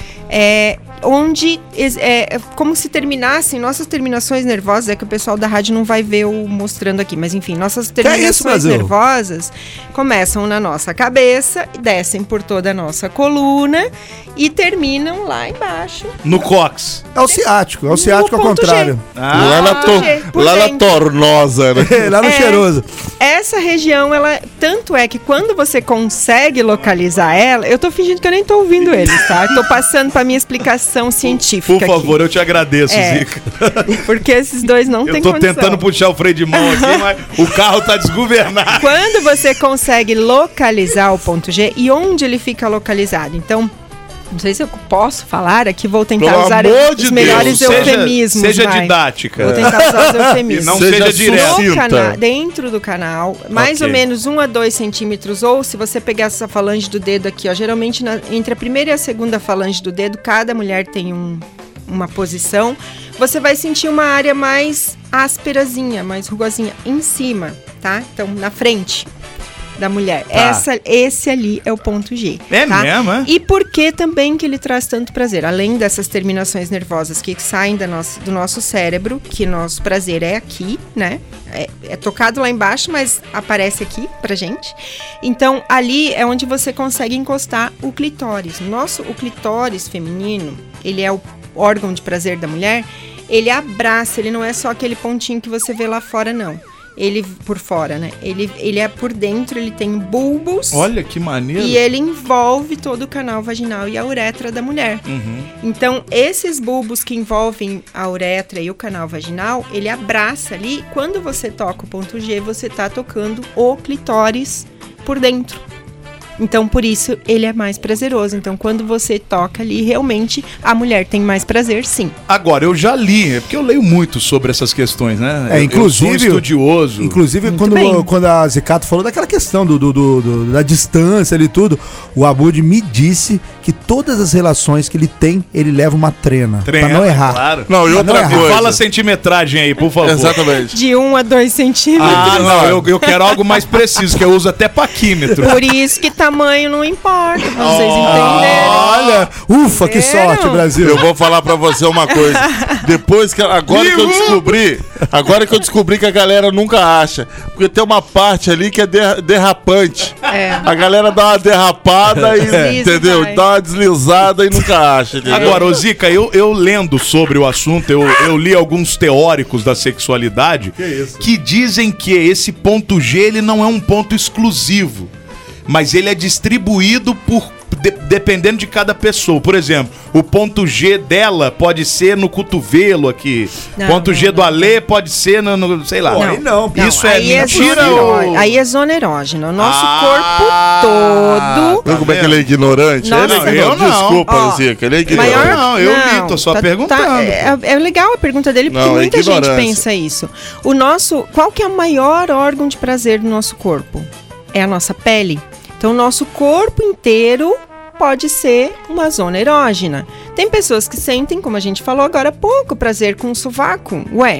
É, onde é, é como se terminassem nossas terminações nervosas, é que o pessoal da rádio não vai ver o mostrando aqui, mas enfim, nossas terminações isso, Brasil? nervosas começam na nossa cabeça, descem por toda a nossa coluna e terminam lá embaixo. No cox. É o ciático, é o ciático ao ponto contrário. lá na, ponto to- G, por lá na dentro. tornosa, né? Lá no É. cheiroso. Essa região, ela tanto é que quando você consegue localizar ela, eu tô fingindo que eu nem tô ouvindo eles, tá? Eu tô passando pra minha explicação científica. Por favor, eu te agradeço, É. Zica. aqui, porque esses dois não Eu têm tô condição. tentando puxar o freio de mão aqui, mas o carro tá desgovernado. Quando você consegue localizar o ponto G e onde ele fica localizado, então não sei se eu posso falar aqui, vou tentar Pelo usar amor os de melhores Deus, seja- eufemismos. seja vai. didática. Vou tentar usar os eufemismos. E não Seja seja direto. sucinta. No cana- dentro do canal, mais Ok. ou menos um a dois centímetros, ou se você pegar essa falange do dedo aqui, ó, geralmente na- entre a primeira e a segunda falange do dedo, cada mulher tem um- uma posição, você vai sentir uma área mais ásperazinha, mais rugosinha em cima, tá? Então, na frente da mulher. Tá. Essa, esse ali é o ponto G. É tá? mesmo, é? E por que também que ele traz tanto prazer? Além dessas terminações nervosas que saem da nossa, do nosso cérebro, que nosso prazer é aqui, né? É, é tocado lá embaixo, mas aparece aqui pra gente. Então, ali é onde você consegue encostar o clitóris. Nosso, o clitóris feminino, ele é o órgão de prazer da mulher, ele abraça, ele não é só aquele pontinho que você vê lá fora, não. Ele, por fora, né? Ele, ele é por dentro, ele tem bulbos. Olha que maneiro. E ele envolve todo o canal vaginal e a uretra da mulher. Uhum. Então, esses bulbos que envolvem a uretra e o canal vaginal, ele abraça ali. Quando você toca o ponto G, você tá tocando o clitóris por dentro. Então, por isso, ele é mais prazeroso. Então, quando você toca ali, realmente, a mulher tem mais prazer, sim. Agora, eu já li, é porque eu leio muito sobre essas questões, né? É, Eu- inclusive- Eu sou estudioso. Inclusive, Muito quando, bem. quando a Zicato falou daquela questão do, do- do- do- da distância e tudo, o Abud me disse que todas as relações que ele tem, ele leva uma trena. Treina, pra não errar. claro. Não, e Pra outra não errar. coisa. Fala a centimetragem aí, por favor. Exatamente. De um a dois centímetros. Ah, não, eu, eu quero algo mais preciso, que eu uso até paquímetro. Por isso que tamanho não importa, pra vocês entenderem. Olha, ufa, que Viram? sorte, Brasil. Eu vou falar pra você uma coisa. Depois que agora que eu descobri, agora que eu descobri que a galera nunca acha, porque tem uma parte ali que é der- derrapante. É. A galera dá uma derrapada e, Desliza, entendeu? vai. Dá uma deslizada e nunca acha, entendeu? Agora, ô Zica, eu, eu lendo sobre o assunto, eu, eu li alguns teóricos da sexualidade que dizem que esse ponto G ele não é um ponto exclusivo, mas ele é distribuído por de- dependendo de cada pessoa. Por exemplo, o ponto G dela pode ser no cotovelo aqui. Não, ponto não, G do não. Alê pode ser no, no- sei lá. Pô, aí não, pô. Isso é aí mentira zona ou... eró- Aí é zona erógena. O nosso Ah, corpo todo. Viu como é que ele é ignorante? Nossa, ele é não, ignorante. eu não. Desculpa, Ó, Zica, ele é ignorante. Maior, Não, eu li, tô só perguntando, é, é legal a pergunta dele, porque Não, é muita gente ignorância. pensa isso. O nosso, qual que é o maior órgão de prazer do nosso corpo? É a nossa pele. Então, o nosso corpo inteiro pode ser uma zona erógena. Tem pessoas que sentem, como a gente falou agora há pouco, prazer com o sovaco. Ué,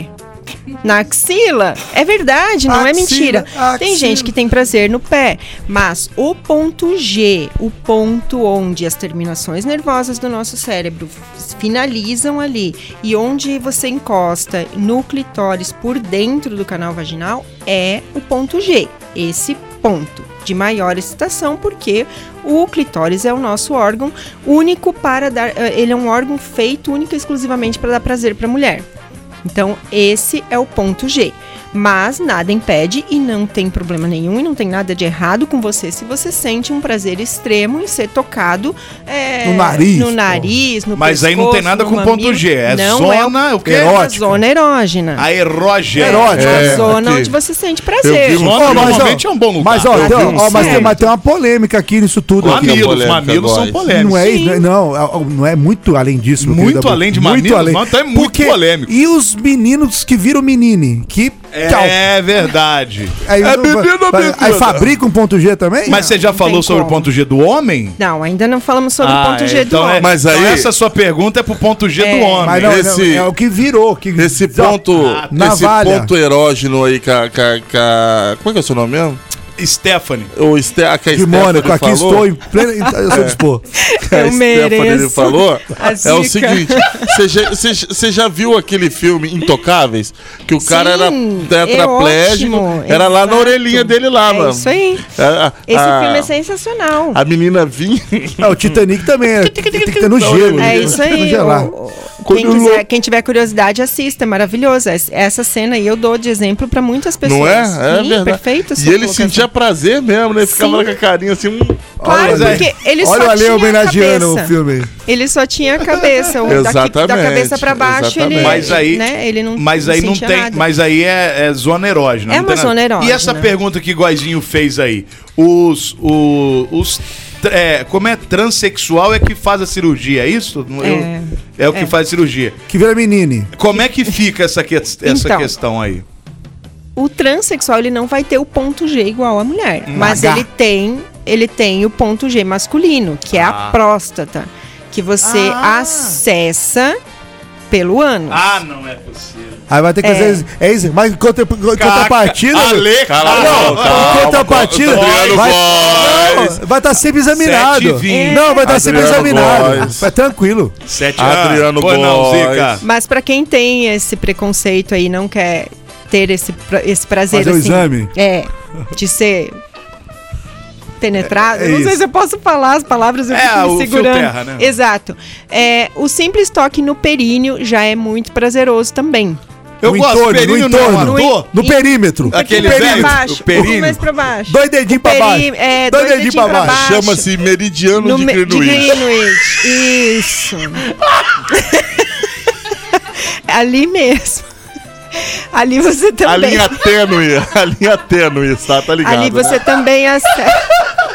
Na axila. É verdade, não Axila, é mentira. axila. Tem gente que tem prazer no pé, mas o ponto G, o ponto onde as terminações nervosas do nosso cérebro finalizam ali e onde você encosta no clitóris por dentro do canal vaginal, é o ponto G. Esse ponto de maior excitação, porque o clitóris é o nosso órgão único para dar, ele é um órgão feito única e exclusivamente para dar prazer para a mulher. Então, esse é o ponto G. Mas nada impede e não tem problema nenhum e não tem nada de errado com você se você sente um prazer extremo em ser tocado é, no nariz, no, nariz, no Mas pescoço, aí não tem nada no com mamilo. ponto G, é não zona, é o quê? É uma Erótica. zona erógena. A erógena. Erótica. É, É, a zona aqui. onde você sente Eu prazer. vi um- Zona Ó, mas, normalmente ó, é um bom lugar. Mas, ó, Eu tem, vi ó, um mas, tem, certo. mas tem uma polêmica aqui nisso tudo. Aqui. Mamilos, polêmica, mamilos são Góis. polêmicos. Não é Sim. isso, não, é- não é muito além disso. meu Muito querido além de Muito mamilos, além. mas é muito Porque- polêmico. E os meninos que viram menine, que... tchau. É verdade. Aí, É não- menino, vai- menino. aí fabrica um ponto G também? Mas você já não falou tem sobre o como. ponto G do homem? Não, ainda não falamos sobre Ah, o ponto G é, do então homem. é- Mas então aí- essa sua pergunta é pro ponto G É. do homem. Mas não, não, Esse- é o que virou. Que, Esse ponto, esse navalha. ponto erógeno aí com a, com a- com a- como é que é o seu nome mesmo? Stephanie. O Ste a que a Que Mônaco, Stephanie aqui falou, estou em plena... Eu sou dispor. que a Eu Stephanie mereço falou, a é o zica. seguinte, você já, você- você já viu aquele filme Intocáveis? Que o cara era Sim, tetraplégico, é ótimo, era lá na exato. orelhinha dele lá, É mano. isso aí. A- a- Esse a- filme é sensacional. A menina vinha... É, o Titanic também, é, tem que ter no gelo. É né? isso Tem que aí. gelar. o- o- Quem, quiser, quem tiver curiosidade, assista. É maravilhoso. Es- Essa cena aí eu dou de exemplo pra muitas pessoas. Não é? É Sim, verdade. perfeito. a E sua ele colocação. sentia prazer mesmo, né? Ele ficava Sim. com a carinha assim... Hum, Claro, Olha, porque ele Olha só o Ale tinha a homenageando cabeça. o filme. Ele só tinha a cabeça. o daqui- da Exatamente, cabeça pra baixo, ele, exatamente. Mas aí, né, ele não mas aí não sentia tem, nada. mas aí é, é zona erógena. É não uma tem nada. zona erógena. E essa pergunta que Goizinho fez aí, os, o- os, é, como é transexual é que faz a cirurgia, é isso? Eu- É. é o que É. faz a cirurgia. Que vira menine. Como é que fica essa, que, essa Então. questão aí? O transexual ele não vai ter o ponto G igual a mulher, mas H. ele tem, ele tem o ponto G masculino, que é a Ah. próstata, que você acessa pelo ânus. Ah, não é possível. Aí vai ter que É. fazer. É isso. Mas em contra- em contrapartida. Ale, Cala a Não, boca, em calma, contrapartida. Adriano Vai Góes. não, vai estar sempre examinado. sete e vinte. Não, vai estar sempre Adriano examinado. Góes. Vai tranquilo. Sete Adriano Pois não, Góes. Zica. Mas pra quem tem esse preconceito aí, não quer ter esse, pra- esse prazer Fazer o assim, exame. é, de ser penetrado. É- é não sei isso. se eu posso falar as palavras, eu É, fico o me fio segurando. terra, né? Exato. É, o simples toque no períneo já é muito prazeroso também. Eu No gosto, entorno, no períneo não, entorno. Arthur. No perímetro. Aquele Um pouquinho velho, pra baixo, o um pouco períneo. mais pra baixo. Dois dedinhos O pra baixo. peri- é, Dois dois dedinhos dedinhos pra pra baixo. baixo. Chama-se Meridiano No de me- de Greenwich. Greenwich. Isso. Ali mesmo. Ali você A também. linha tênue, a linha tênue, tá, tá ligado? Ali você né? também acessa.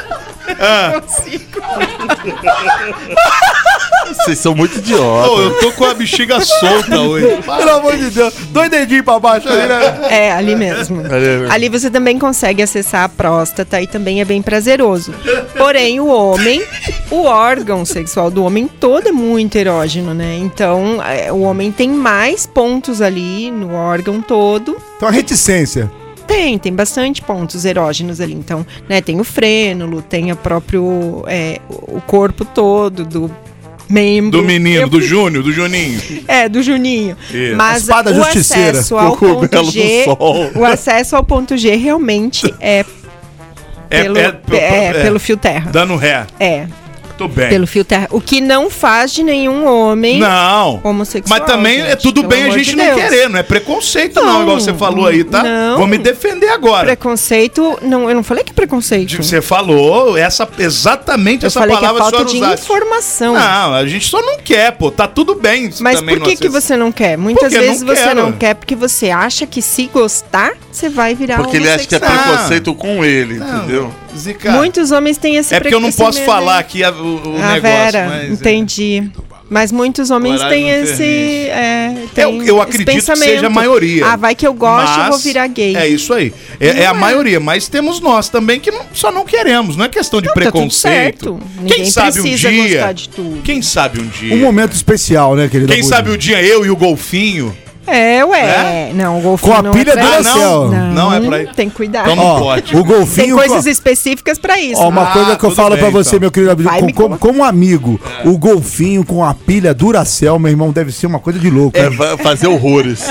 Vocês são muito idiotas. Ô, eu tô com a bexiga solta hoje. Pelo amor de Deus. Dois dedinhos pra baixo ali, né? É, ali mesmo. Ali, né? Ali você também consegue acessar a próstata e também é bem prazeroso. Porém, o homem, o órgão sexual do homem todo é muito erógeno, né? Então, é, o homem tem mais pontos ali no órgão todo. Então a reticência. Tem, tem bastante pontos erógenos ali. Então, né, tem o frênulo, tem o próprio é, o corpo todo do membro. Do menino, Eu- do Júnior, do Juninho. É, do Juninho. Isso. Mas A espada o justiceira. acesso ao Cogumelo ponto do G, sol. o acesso ao ponto G realmente é É, pelo, é, é, é, pelo fio terra. Dando ré. É, Tô bem. pelo fio terra. O que não faz de nenhum homem Não. homossexual. Mas também é gente, tudo pelo bem a amor gente de não Deus. querer, não é preconceito não, Não, igual você falou aí, tá? não. Vou me defender agora. Preconceito, não, eu não falei que preconceito. Você falou essa, exatamente Eu essa falei que é palavra falta a de senhora usasse. informação. Não, a gente só não quer, pô. Tá tudo bem. isso Mas também por que, não que acessa- você não quer? Muitas Porque vezes não você quero. não quer porque você acha que se gostar, você vai virar Porque ele acha que é homossexual. preconceito com ele, Não. entendeu? Zica. Muitos homens têm esse É porque eu não esse posso medo falar aí. aqui a- o, o Ah, negócio. Vera, mas, é. entendi. Mas muitos homens Horário têm não esse, permite. é, têm Eu, eu esse acredito que pensamento. seja a maioria. Ah, vai que eu gosto, eu vou Mas virar gay. É isso aí. É, é a maioria, mas temos nós também que não- só não queremos. Não é questão de Não, tá tudo preconceito. certo. Ninguém Quem sabe um precisa dia. gostar de tudo. Quem sabe um dia. Um momento especial, né, querido? Quem sabe o dia eu e o golfinho É, ué. Não, o golfinho Com a não pilha é pra do isso. céu. Não, Não é pra ir. Tem que cuidar. Então não Ó, pode. o golfinho... Tem coisas com- específicas pra isso. Ó, uma Ah, coisa que eu tudo falo bem, pra você, então. meu querido amigo, Vai com- me como, colocar. como amigo, o golfinho com a pilha Duracell, meu irmão, deve ser uma coisa de louco. É, né? vai fazer horrores.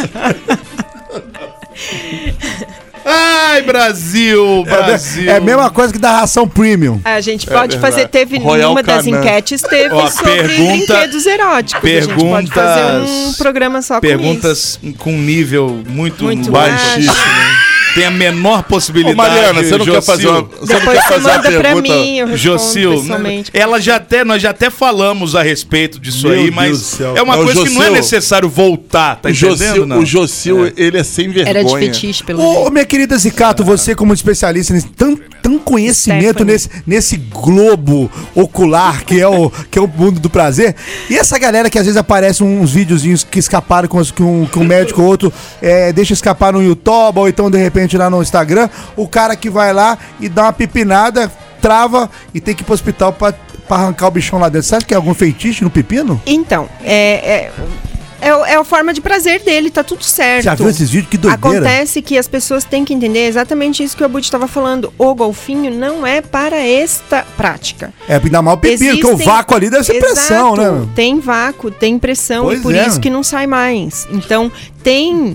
Ai, Brasil, Brasil. É a mesma coisa que da ração premium. A gente pode É fazer, verdade. teve Royal numa das Canin. enquetes, teve Ó, sobre pergunta- brinquedos eróticos. A gente pode fazer um perguntas- programa só com Perguntas com nível muito, Muito baixíssimo. baixo. Tem a menor possibilidade. Ô, Mariana, você não quer fazer uma, isso. você não Depois quer você fazer uma manda pra pergunta? mim, eu respondo Jocil, pessoalmente. ela já até, nós já até falamos a respeito disso Meu aí, Deus mas do céu. é uma Não, o coisa que não é Jocil- necessário voltar, tá O entendendo? Jocil, não? o Jocil ele é sem vergonha. Era de fetiche, pelo Ô, jeito. minha querida Zicato, você como especialista nesse tão, tão conhecimento Stephanie. nesse, nesse globo ocular que é, o, que é o mundo do prazer. E essa galera que às vezes aparece uns videozinhos que escaparam com, os- que, um, que um médico ou outro é, deixa escapar no YouTube ou então de repente lá no Instagram, o cara que vai lá e dá uma pipinada, trava e tem que ir pro hospital pra, pra arrancar o bichão lá dentro. Você acha que é algum feitiço no pepino? Então, é, é, é, o- é a forma de prazer dele, tá tudo certo. Já viu esses vídeos? Que doideira. Acontece que as pessoas têm que entender exatamente isso que o Abud estava falando. O golfinho não é para esta prática. É, ainda mal o pepino, porque o Existem- vácuo ali deve ser Exato, pressão, né? meu? Tem vácuo, tem pressão Pois e por é. isso que não sai mais. Então, tem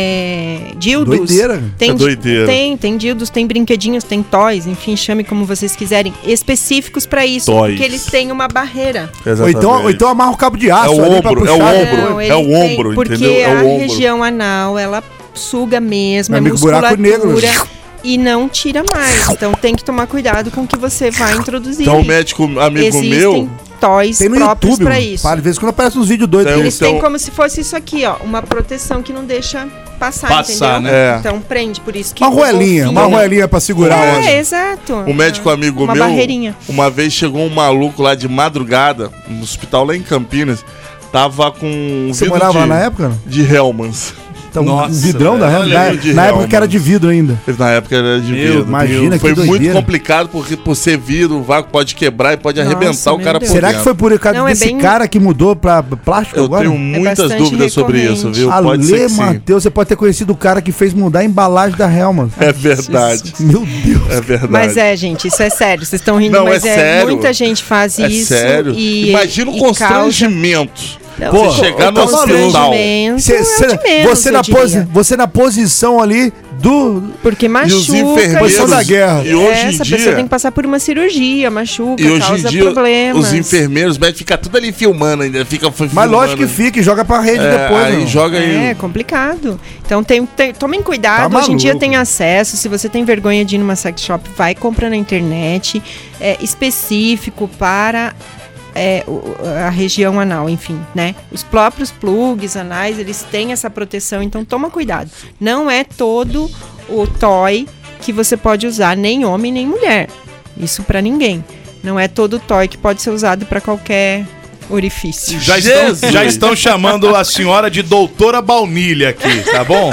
é, dildos. Doideira. Tem, É doideira. tem, tem dildos, tem brinquedinhos, tem toys, enfim, chame como vocês quiserem, específicos para isso. Toys. Porque eles têm uma barreira. Ou então, ou então amarra o cabo de aço É o ali pra ombro, é o puxar. ombro. Não, é o ele tem- ombro, porque entendeu? É o a ombro. região anal, ela suga mesmo, Meu é amigo buraco musculatura. negro. E não tira mais. Então tem que tomar cuidado com o que você vai introduzir. Então, o médico amigo Existem meu. toys Tem no próprios YouTube, pra mano. isso. Para, de vez em quando aparece uns vídeos doidos. Tem aí. Eles Então- têm como se fosse isso aqui, ó, uma proteção que não deixa passar, Passar, entendeu? né? É. Então prende, por isso que Uma o roelinha, golfinho- uma roelinha pra segurar. É, ó. exato. Um médico amigo uma meu, barreirinha. uma vez chegou um maluco lá de madrugada, no hospital lá em Campinas, tava com um Você vidro morava de, lá na época? de Hellmans. Então, Nossa, um vidrão da velho, Helm. olha Na, aí, de na Helm, época que era mano. de vidro ainda. Na época era de Meu vidro. imagina que Foi muito doideira. complicado porque por ser vidro, o vácuo pode quebrar e pode Nossa, arrebentar o meu cara Deus. por Será que dentro. foi por causa Não, é desse bem- cara que mudou pra plástico Eu agora? tenho muitas bastante dúvidas sobre isso, recorrente. viu? Pode ser Ale que sim. Matheus, você pode ter conhecido o cara que fez mudar a embalagem da Helman. É verdade. Meu Deus. É verdade. Mas é, gente, isso é sério. Vocês estão rindo, Não, mas é é, sério. muita gente faz É isso. sério. E, Imagina o e causa- constrangimento. Não, Pô, Você chegar o no hospital. constrangimento Cê- é o cê- de menos, você, eu na diria. posi, você na posição ali do. Porque E os machuca. enfermeiros. Posição da guerra. E hoje Essa em dia. pessoa tem que passar por uma cirurgia, machuca, E hoje em causa dia, problemas. os enfermeiros, os médicos ficam tudo ali filmando ainda. Fica filmando. Mas lógico que fica e joga pra rede É, depois. aí meu. joga aí. É complicado. Então tem, tem- tomem cuidado. Tá Hoje em dia maluco. tem acesso. Se você tem vergonha de ir numa sex shop, vai comprar na internet. É específico para é, o- a região anal, enfim, né? Os próprios plugs anais, eles têm essa proteção. Então toma cuidado. Não é todo o toy que você pode usar, nem homem nem mulher. Isso pra ninguém. Não é todo toy que pode ser usado pra qualquer orifício. Já Jesus. estão, já estão chamando a senhora de doutora Baunilha aqui, tá bom?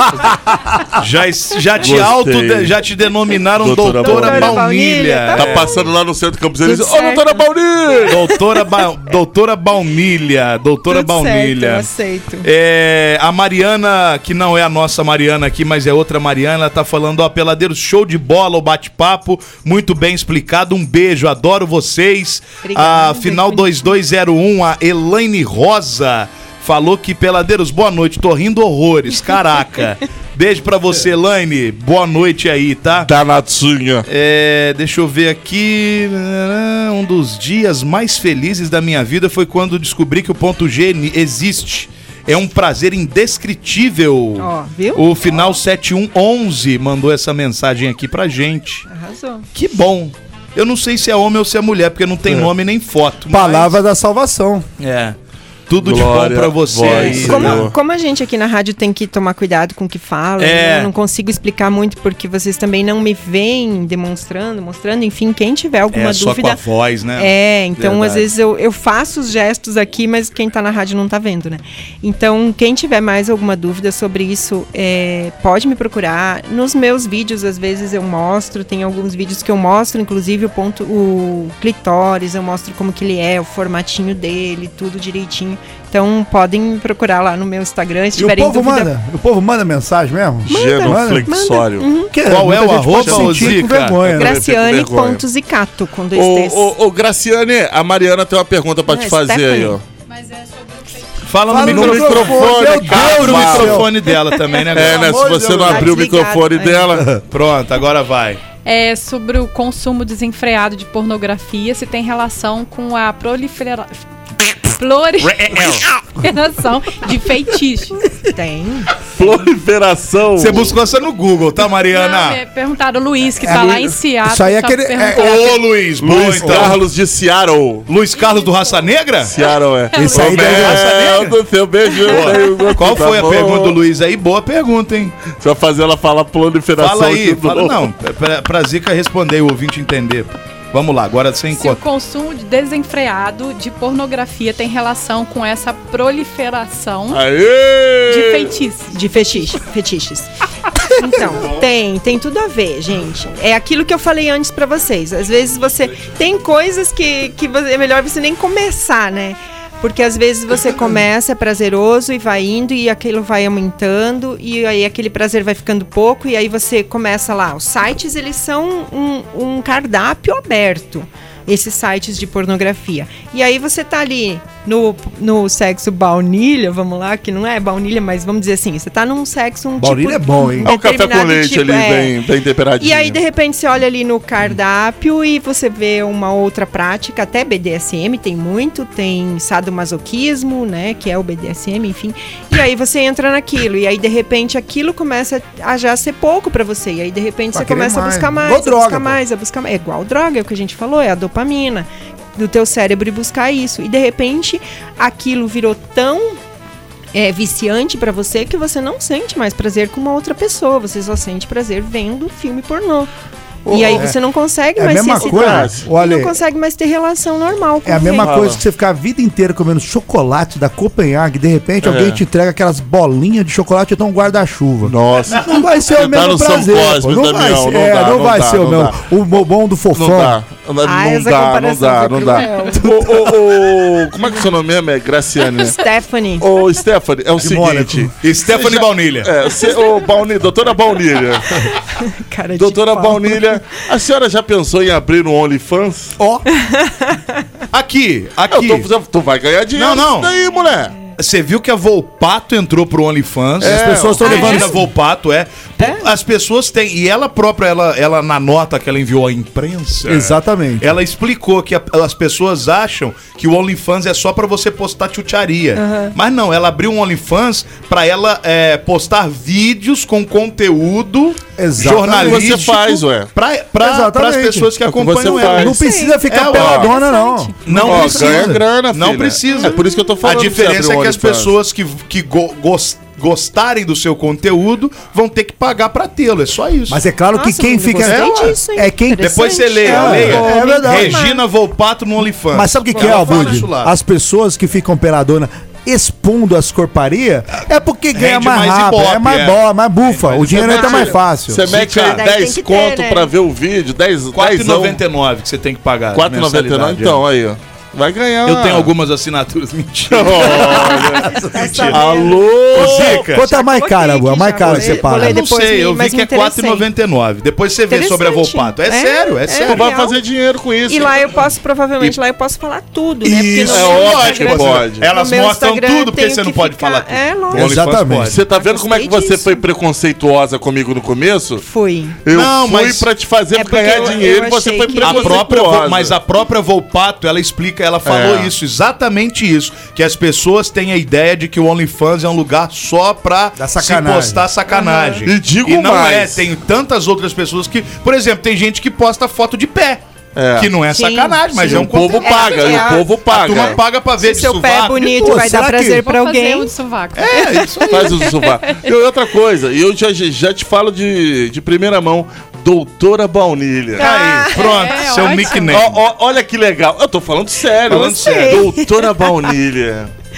já, es- já, te Gostei. auto, já te denominaram doutora, Doutora Baunilha. Baunilha, Tá É. passando lá no centro de Campos Elíseos. Ô, Tudo certo. doutora Baunilha! Doutora, ba doutora Baunilha. Doutora Tudo certo, Baunilha. eu aceito. É, a Mariana, que não é a nossa Mariana aqui, mas é outra Mariana, ela tá falando, ó, Peladeiros, show de bola, o bate-papo, muito bem explicado, um beijo, adoro vocês. Obrigada, A beijo, final bonito. dois dois zero um, a Elaine Rosa, falou que, Peladeiros, boa noite, tô rindo horrores, caraca. Beijo pra você, Elaine, boa noite aí, tá? Danadinha. É, deixa eu ver aqui. Um dos dias mais felizes da minha vida foi quando descobri que o ponto G existe. É um prazer indescritível. Ó, viu? O final sete um onze mandou essa mensagem aqui pra gente. Arrasou. Que bom. Eu não sei se é homem ou se é mulher, porque não tem É. nome nem foto. mas- Palavra da salvação. É. Tudo Glória, de bom pra você voz, aí. Senhor. Como, como a gente aqui na rádio tem que tomar cuidado com o que fala, É. né? Eu não consigo explicar muito porque vocês também não me veem demonstrando, mostrando, enfim, quem tiver alguma É só com dúvida. a voz, né? É, então Verdade. às vezes eu, eu faço os gestos aqui, mas quem tá na rádio não tá vendo, né? Então, quem tiver mais alguma dúvida sobre isso, é, pode me procurar. Nos meus vídeos, às vezes eu mostro, tem alguns vídeos que eu mostro, inclusive o ponto, o clitóris, eu mostro como que ele é, o formatinho dele, tudo direitinho. tenho. Então podem me procurar lá no meu Instagram se E o tiverem povo dúvida. manda? O povo manda mensagem mesmo? Genuflexório. Uhum. Que Qual é o muita gente pode arroba, ô, sentir com Zica? vergonha, né? Graciane.zicato com dois T's. Ô, ô, ô, Graciane, a Mariana tem uma pergunta pra Ah, te fazer Stephanie. aí, ó. Fala no Fala no microfone. microfone, meu Cara, Deus o do céu. microfone dela também, né? É, né? Se amor de você Deus. não Tá abrir o desligado. microfone É. dela. Pronto, agora vai. É sobre o consumo desenfreado de pornografia, se tem relação com a prolifera... proliferação de feitiços. Tem. Proliferação. Você buscou essa no Google, tá, Não, Mariana? é, perguntaram o Luiz, que É, tá lá Luiz- em Seattle. isso aí é só aquele- perguntaram- Ô, Luiz, boa Luiz então. Carlos de Seattle. Luiz Carlos do Raça Negra? Seattle, é. Esse aí Ô, deve- Mel do seu beijo. eu gosto Qual da foi a boa. pergunta do Luiz aí? Boa pergunta, hein? Você vai fazer ela falar proliferação Fala aí, de fala novo. não. Pra, pra Zica responder, o ouvinte entender. Vamos lá, agora sem Se o conta. consumo de desenfreado de pornografia tem relação com essa proliferação Aê! de feitiços. De fetiche, fetiches. Então, tem, tem tudo a ver, gente. É aquilo que eu falei antes pra vocês. Às vezes você tem coisas que, que você- é melhor você nem começar, né? Porque às vezes você começa, é prazeroso e vai indo e aquilo vai aumentando e aí aquele prazer vai ficando pouco e aí você começa lá. Os sites, eles são um, um cardápio aberto, esses sites de pornografia. E aí você tá ali no, no sexo baunilha, vamos lá, que não é baunilha, mas vamos dizer assim, você tá num sexo um Baunilha tipo... é bom, hein? É um café com determinado leite tipo, ali, é. bem, bem temperadinho. E aí, de repente, você olha ali no cardápio e você vê uma outra prática, até B D S M tem muito, tem sadomasoquismo, né, que é o B D S M, enfim. E aí você entra naquilo, e aí, de repente, aquilo começa a já ser pouco pra você. E aí, de repente, Vai você querer começa a mais. buscar mais, Igual a droga, buscar pô. mais, a buscar mais. É igual droga, é o que a gente falou, é a dopamina do teu cérebro e buscar isso. E, de repente, aquilo virou tão... é viciante pra você que você não sente mais prazer com uma outra pessoa, você só sente prazer vendo filme pornô. Oh, e aí é. você não consegue É a mais mesma se coisa, excitar, olha, e não consegue mais ter relação normal com É a mesma alguém. coisa que você ficar a vida inteira comendo chocolate da Copenhague, de repente É. alguém te entrega aquelas bolinhas de chocolate até um guarda-chuva. Nossa. Não vai ser Você o tá mesmo no São prazer. pô. Cosme, Não vai Damião, ser, não é, dá, não não vai dá, ser o não meu. dá. O bobão do fofão. Não dá. Não, Ah, essa dá, não comparação dá, foi não dá. Ô, ô, ô, como é que é o seu nome mesmo? É Graciane, né? Stephanie. Ô, Stephanie, é o seguinte. Stephanie Você já- Baunilha. É, você, ô, Baunilha, doutora Baunilha. Cara de Doutora pau. Baunilha, a senhora já pensou em abrir um OnlyFans? Ó, Aqui, Eu aqui. tô- tu vai ganhar dinheiro Não, não. nisso daí, mulher. Você viu que a Volpato entrou pro OnlyFans. É, as pessoas estão a levando Regina isso. Volpato, é. As pessoas têm. E ela própria, ela, ela na nota que ela enviou à imprensa. Exatamente. Ela explicou que a- as pessoas acham que o OnlyFans é só pra você postar chucharia. Mas não, ela abriu um OnlyFans pra ela é, postar vídeos com conteúdo Exatamente. jornalístico. Você faz, ué. Pra, pra, Exatamente. pras pessoas que É o que acompanham você ela. faz. Não precisa ficar É, ó, peladona, não. Não Ó, precisa. ganha grana, Não filha. precisa. É por isso que eu tô falando A pra você diferença abrir é um que as OnlyFans. pessoas que, que go- gos- gostarem do seu conteúdo vão ter que pagar pra tê-lo. É só isso. Mas é claro que Nossa, quem eu fica. gostei disso, hein? É quem. Interessante. Depois você lê, É, leia. é verdade. Regina Volpato no OnlyFans. Mas sabe o que, que é, Ela fala Abud? isso lá. As pessoas que ficam peladona expondo as corparias é porque ganha Rende mais mais rápido, ibope, é mais é. boa, mais bufa. Mas O dinheiro você entra mete- mais fácil. Você mete aí Daí tem dez que ter, conto né? pra ver o vídeo, dez, quatro dez reais e noventa e nove centavos que você tem que pagar. quatro reais e noventa e nove, mensalidade, então, aí, ó. Vai ganhar. é. Eu tenho algumas assinaturas. Mentira. Alô! Zica. Quanto é a mais Coloquei cara, aqui a mais já, cara vou que você ler- paga? vou ler Eu não depois, sei, eu vi mas que me é quatro reais e noventa e nove. Depois você vê sobre a Interessante. Volpato. É, É, sério, é, é. sério. Tu vai real. fazer dinheiro com isso. E lá eu posso, provavelmente, lá eu posso falar tudo, né? Isso, no é meu ótimo, Instagram- pode. Elas no meu mostram Instagram tudo, porque tenho você não que pode ficar- falar tudo. É, lógico. O OnlyFans Exatamente. pode. Você tá vendo como é que Gostei você disso. foi preconceituosa comigo no começo? Fui. Eu Não, fui mas- pra te fazer É porque ganhar eu- dinheiro eu e você achei foi que- A preconceituosa. própria, Vo- mas a própria Volpato, ela explica, ela falou É. isso, exatamente isso. Que as pessoas têm a ideia de que o OnlyFans é um lugar só pra Da se sacanagem. postar sacanagem. E digo não mais. é, tem tantas outras pessoas que... Por exemplo, tem gente que posta foto de pé. É. Que não é Sim, sacanagem, mas E é um o povo conteúdo. paga, É, e é. o povo A paga. turma paga pra ver Se de seu pé é sovaco. bonito, Pô, vai será dar que- prazer Vou pra fazer alguém. o de sovaco. É, isso aí. Faz o sovaco. E outra coisa, e eu já, já te falo de, de primeira mão, Doutora Baunilha. Aí, pronto, é, seu ótimo. nickname. Ó, ó, olha que legal. Eu tô falando sério. Falando Eu sério. Doutora Baunilha.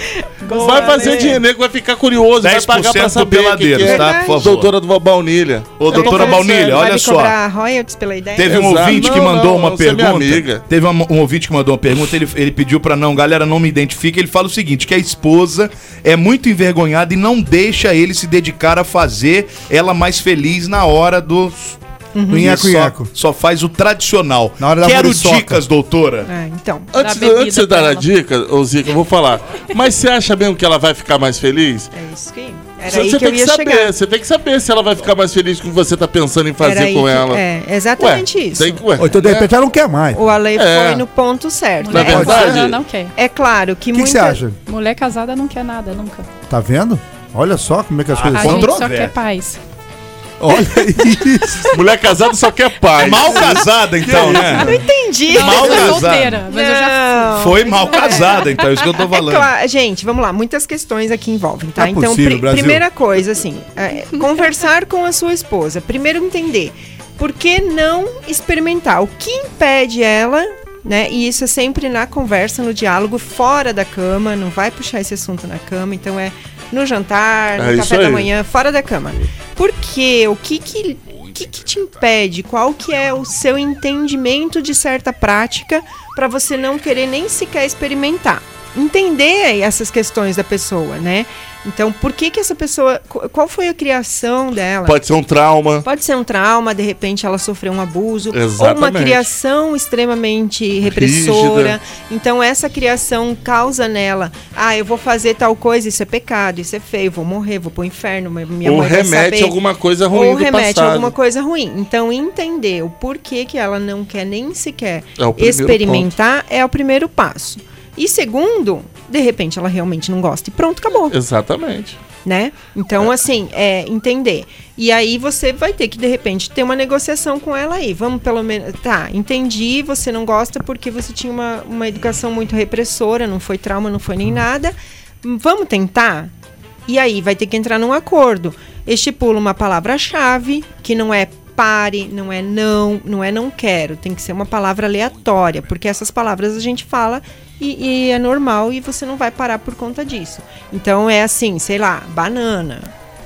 Vai fazer dinheiro, nego vai ficar curioso, vai pagar pra saber o que, que é. Tá, por favor. Doutora do Baunilha. Ô, doutora Baunilha, olha vai só. cobrar royalties pela ideia? Teve um Exato. ouvinte que Não, mandou não, uma você é minha pergunta. amiga. Teve um, um ouvinte que mandou uma pergunta, ele, ele pediu pra não, galera, não me identifique. Ele fala o seguinte, que a esposa é muito envergonhada e não deixa ele se dedicar a fazer ela mais feliz na hora do... Uhum. E Nheco, só, nheco. só faz o tradicional. Na hora da Quero muriçoca. dicas, doutora. É, então. Antes, Dá bebida antes de você dar pra a ela. dica, ô Zica, eu vou falar. Mas você acha mesmo que ela vai ficar mais feliz? É isso que... Era Você aí você que eu tem que ia saber, chegar. você tem que saber se ela vai ficar mais feliz com o que você tá pensando em Era fazer aí com que- ela. É, exatamente Ué, isso. tem que- ué, Ou então, de é. repente, ela não quer mais. O Ale É. foi no ponto certo. Na né? verdade- casada não quer. É claro que O que que muita... você acha? Mulher casada não quer nada, nunca. Tá vendo? Olha só como é que as coisas A são. gente só Controvérsia. quer paz. Olha isso. Mulher casada só quer paz. Mal casada, então, Não né? entendi. Mal eu sou casada. solteira, mas eu já Não. Foi mal casada, então, é isso que eu tô É falando. claro, gente, vamos lá, muitas questões aqui envolvem, tá? Não é então, possível, pri- Brasil. primeira coisa, assim, é, conversar com a sua esposa. Primeiro entender, por que não experimentar? O que impede ela, né? E isso é sempre na conversa, no diálogo, fora da cama, não vai puxar esse assunto na cama, então é no jantar, no É isso café da aí. manhã, fora da cama. Por quê? O que que... O que, que te impede? Qual que é o seu entendimento de certa prática para você não querer nem sequer experimentar? Entender essas questões da pessoa, né? Então, por que que essa pessoa... qu- Qual foi a criação dela? Pode ser um trauma. Pode ser um trauma, de repente ela sofreu um abuso, ou uma Exatamente. criação extremamente repressora. Então essa criação causa nela, ah, eu vou fazer tal coisa, isso é pecado, isso é feio, vou morrer, vou pro inferno, minha Ou mãe vai remete saber. a alguma coisa ruim Ou do remete a passado. alguma coisa ruim. Então entender o porquê que ela não quer nem sequer É o primeiro experimentar é o primeiro passo. E segundo, de repente ela realmente não gosta e pronto, acabou. Exatamente. Né? Então, assim, é entender. E aí você vai ter que, de repente, ter uma negociação com ela aí. Vamos pelo menos... Tá, entendi, você não gosta porque você tinha uma, uma educação muito repressora, não foi trauma, não foi nem nada. Vamos tentar? E aí vai ter que entrar num acordo. Estipula uma palavra-chave, que não é pare, não é não, não é não quero. Tem que ser uma palavra aleatória, porque essas palavras a gente fala... E, e é normal e você não vai parar por conta disso. Então é assim, sei lá, banana,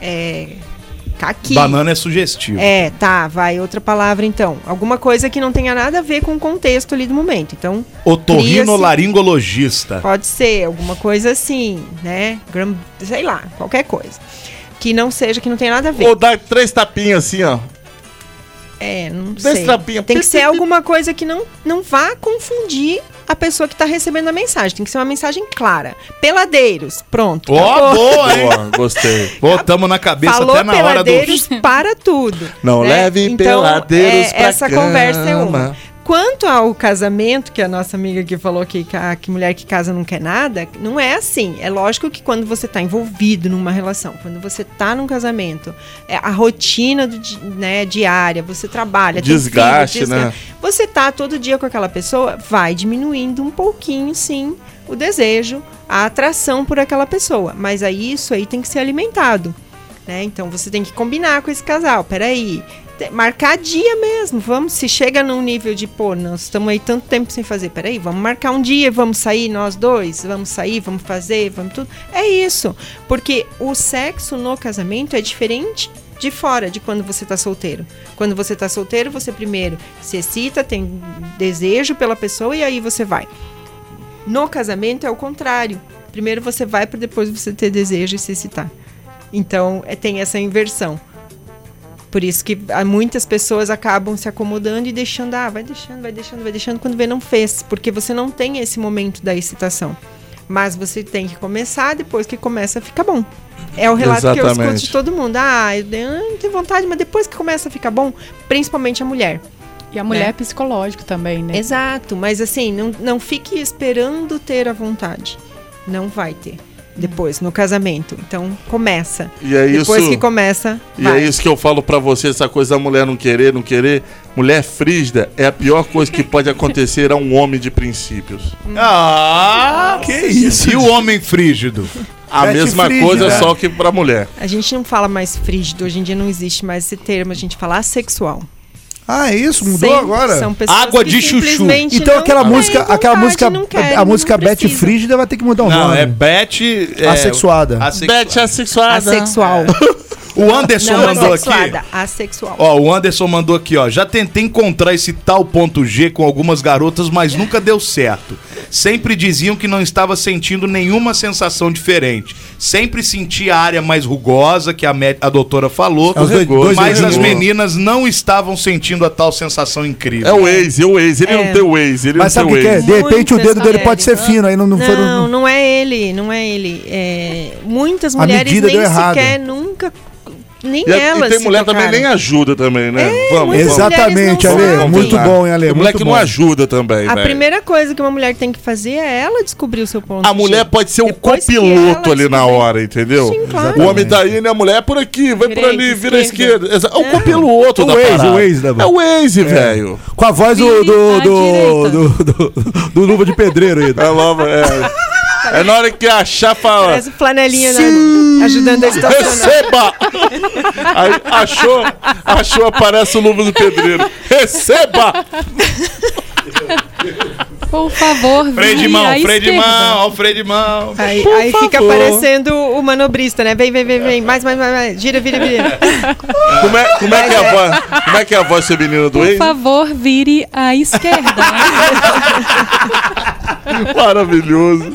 é, caqui. Banana é sugestivo. É, tá, vai, outra palavra então. Alguma coisa que não tenha nada a ver com o contexto ali do momento. Então, Otorrinolaringologista. pode ser alguma coisa assim, né? Gram, sei lá, qualquer coisa. Que não seja, que não tenha nada a ver. Ou dá três tapinhas assim, ó. É, não Desse sei. tapinha. Tem que ser alguma coisa que não, não vá confundir a pessoa que tá recebendo a mensagem. Tem que ser uma mensagem clara. Peladeiros, pronto. Ó, acabou. boa, hein? Boa, gostei. Botamos na cabeça Falou até na hora do... peladeiros, para tudo. Não né? leve então, peladeiros é, pra essa cama. conversa é uma. Quanto ao casamento, que a nossa amiga aqui falou que, a, que mulher que casa não quer nada, não é assim. É lógico que quando você está envolvido numa relação, quando você está num casamento, é a rotina do, di- né, diária, você trabalha, tem Desgaste, filho, né? Você tá todo dia com aquela pessoa, vai diminuindo um pouquinho, sim, o desejo, a atração por aquela pessoa. Mas aí isso aí tem que ser alimentado, né? Então você tem que combinar com esse casal. Peraí, te- marcar dia mesmo. Vamos, se chega num nível de, pô, nós estamos aí tanto tempo sem fazer. Peraí, vamos marcar um dia, vamos sair nós dois, vamos sair, vamos fazer, vamos tudo. É isso. Porque o sexo no casamento é diferente de fora de quando você tá solteiro. Quando você tá solteiro, você primeiro se excita, tem desejo pela pessoa e aí você vai. No casamento é o contrário. Primeiro você vai para depois você ter desejo e se excitar. Então, é, tem essa inversão. Por isso que há muitas pessoas acabam se acomodando e deixando, ah, vai deixando, vai deixando, vai deixando, quando vê não fez, porque você não tem esse momento da excitação. Mas você tem que começar, depois que começa fica bom. É o relato que eu escuto Exatamente. de todo mundo. Ah, eu não tenho vontade, mas depois que começa a ficar bom, principalmente a mulher. E a mulher Né? é psicológico também, né? Exato, mas assim, não, não fique esperando ter a vontade. Não vai ter. Depois, no casamento. Então, começa. E é Depois isso- que começa, E vai. é isso que eu falo pra você, essa coisa da mulher não querer, não querer. Mulher frígida é a pior coisa que pode acontecer a um homem de princípios. Ah, que isso? E o homem frígido? A Mete mesma frígida. coisa, só que pra mulher. A gente não fala mais frígido, hoje em dia não existe mais esse termo, a gente fala assexual. Ah, é isso? Mudou Sem- agora? São pessoas Água que de chuchu. simplesmente Então não aquela têm música, vontade, aquela música, não querem, a música não Beth precisa. Frígida vai ter que mudar o Não, nome. é Beth... É, Assexuada. assexuada. Bete assexuada. Assexual. O Anderson Não mandou aqui... assexuada, assexual. Ó, o Anderson mandou aqui, ó. Já tentei encontrar esse tal ponto G com algumas garotas, mas nunca deu certo. Sempre diziam que não estava sentindo nenhuma sensação diferente. Sempre sentia a área mais rugosa, que a, me- a doutora falou, É os dois- dois mas as dedinhos. meninas não estavam sentindo a tal sensação incrível. É o ex, é o ex. Ele É. não tem o ex, ele Mas não sabe o tem que, o que é? ex. De repente o Muitas dedo dele pode ser mulheres. fino, aí não, não, foram... Não, não é ele, não é ele. É, muitas A mulheres medida nem deu errado. sequer, nunca, nem E, a- elas e tem se mulher também tocaram. nem ajuda também, né? É, vamos, muitas vamos. Exatamente, mulheres não Ale. sabem. Muito bom, hein, Ale? Tem mulher Muito que bom. não ajuda também, A velho. primeira coisa que uma mulher tem que fazer é ela descobrir o seu ponto A G. mulher pode ser o Depois que copiloto ela ali na descobrir- hora, entendeu? Sim, claro. O homem tá indo e a mulher é por aqui, vai por Direita, ali, vira à esquerda. esquerda. Exa- É o É. copiloto O da ex, parada. o ex, né, É o ex, velho. Com a voz do, Vire do, à do, direita. do, do, do Luva de Pedreiro aí. É nova, é. É na hora que achar, fala. Parece flanelinha na- ajudando a estacionar. Receba! Aí achou, achou, aparece o Luva do Pedreiro. Receba! Por favor, Freio de vire mão, à freio de esquerda. mão, ó o freio de mão. Aí, Por aí fica favor. parecendo o manobrista, né? Vem, vem, vem, vem. Mais, mais, mais, mais. Gira, vira, vira. Como é, como é que é a voz? Como é que é a voz feminina do Por ex? favor, vire à esquerda. Maravilhoso.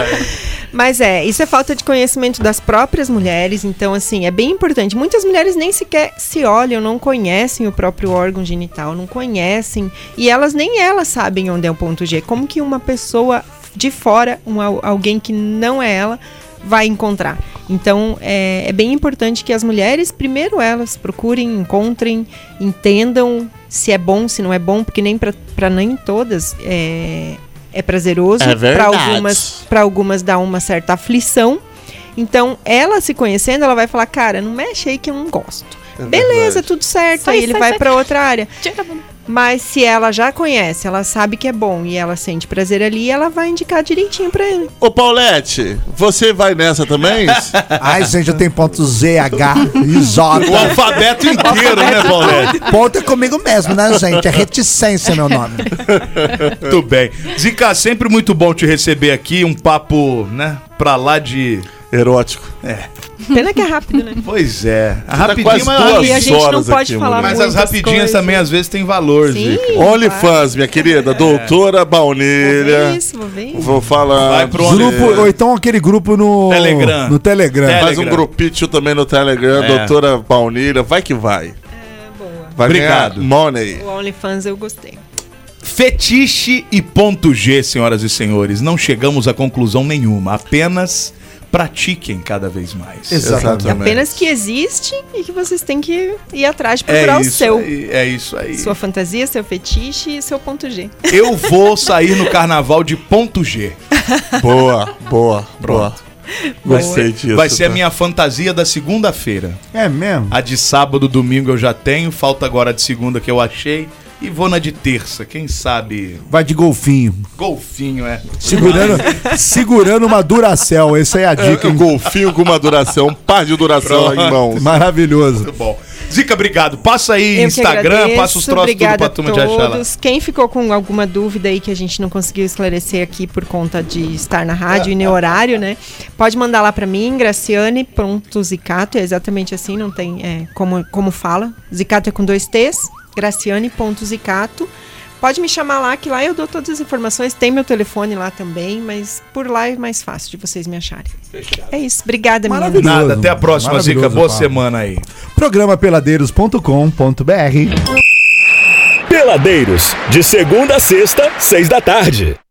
Mas é, isso é falta de conhecimento das próprias mulheres, então assim, é bem importante. Muitas mulheres nem sequer se olham, não conhecem o próprio órgão genital, não conhecem, e elas nem elas sabem onde é o ponto G. Como que uma pessoa de fora, um, al- alguém que não é ela, vai encontrar? Então, é, é bem importante que as mulheres, primeiro elas procurem, encontrem, entendam se é bom, se não é bom, porque nem para nem todas é, é prazeroso. É Para verdade. algumas, para algumas dá uma certa aflição. Então, ela se conhecendo, ela vai falar, cara, não mexe aí que eu não gosto. É Beleza, verdade. tudo certo. Sai, aí ele sai, vai sai. para outra área. Tira a bunda. Mas se ela já conhece, ela sabe que é bom e ela sente prazer ali, ela vai indicar direitinho pra ele. Ô, Paulette, você vai nessa também? Ai, gente, eu tenho ponto Z, H e O J. alfabeto inteiro, né, Paulete? Ponto é comigo mesmo, né, gente? É reticência, meu nome. Muito bem. Zica, sempre muito bom te receber aqui. Um papo, né, pra lá de... Erótico. Pena que é rápido, né? Pois é. A Tá rapidinho, quase mas, duas E a gente não horas pode aqui, falar mulher. mas as muitas rapidinhas coisas. também às vezes tem valor, Sim. Zica. OnlyFans, minha querida. Doutora Baunilha. Isso, vou ver. Vou falar. Vai pro pra você. Grupo, ou então aquele grupo no Telegram. No Telegram. Tele- Faz um Telegram. grupinho também no Telegram. É. Doutora Baunilha. Vai que vai. É, boa. Vai Obrigado. ganhar money. O OnlyFans eu gostei. Fetiche e ponto G, senhoras e senhores. Não chegamos a conclusão nenhuma. Apenas pratiquem cada vez mais. Exatamente. Apenas que existe e que vocês têm que ir atrás de É procurar o isso seu. aí, é isso aí. Sua fantasia, seu fetiche e seu ponto G. Eu vou sair no carnaval de ponto G. Boa, boa, boa. Gostei disso. Vai ser a tá? minha fantasia da segunda-feira. É mesmo? A de sábado, domingo eu já tenho. Falta agora a de segunda que eu achei. E vou na de terça. Quem sabe... Vai de golfinho. Golfinho, é. Segurando, segurando uma Duracell. Essa é a É, dica, um hein? golfinho com uma duração, um par de duração Pronto. em mãos. Maravilhoso. Muito bom. Zica, obrigado. Passa aí Eu que Instagram, agradeço, passa os troços tudo obrigada pra a turma te achar lá. todos. Quem ficou com alguma dúvida aí que a gente não conseguiu esclarecer aqui por conta de estar na rádio e no horário, né? Pode mandar lá pra mim, graciane ponto zicato, é exatamente assim, não tem é, como, como fala. Zicato é com dois T's, graciane ponto zicato. Pode me chamar lá, que lá eu dou todas as informações. Tem meu telefone lá também, mas por lá é mais fácil de vocês me acharem. É isso. Obrigada, meninas. Maravilhoso. Nada, até a próxima, Zica. Maravilhoso, Boa Paulo. semana aí. Programa peladeiros ponto com ponto br. Peladeiros, de segunda a sexta, seis da tarde.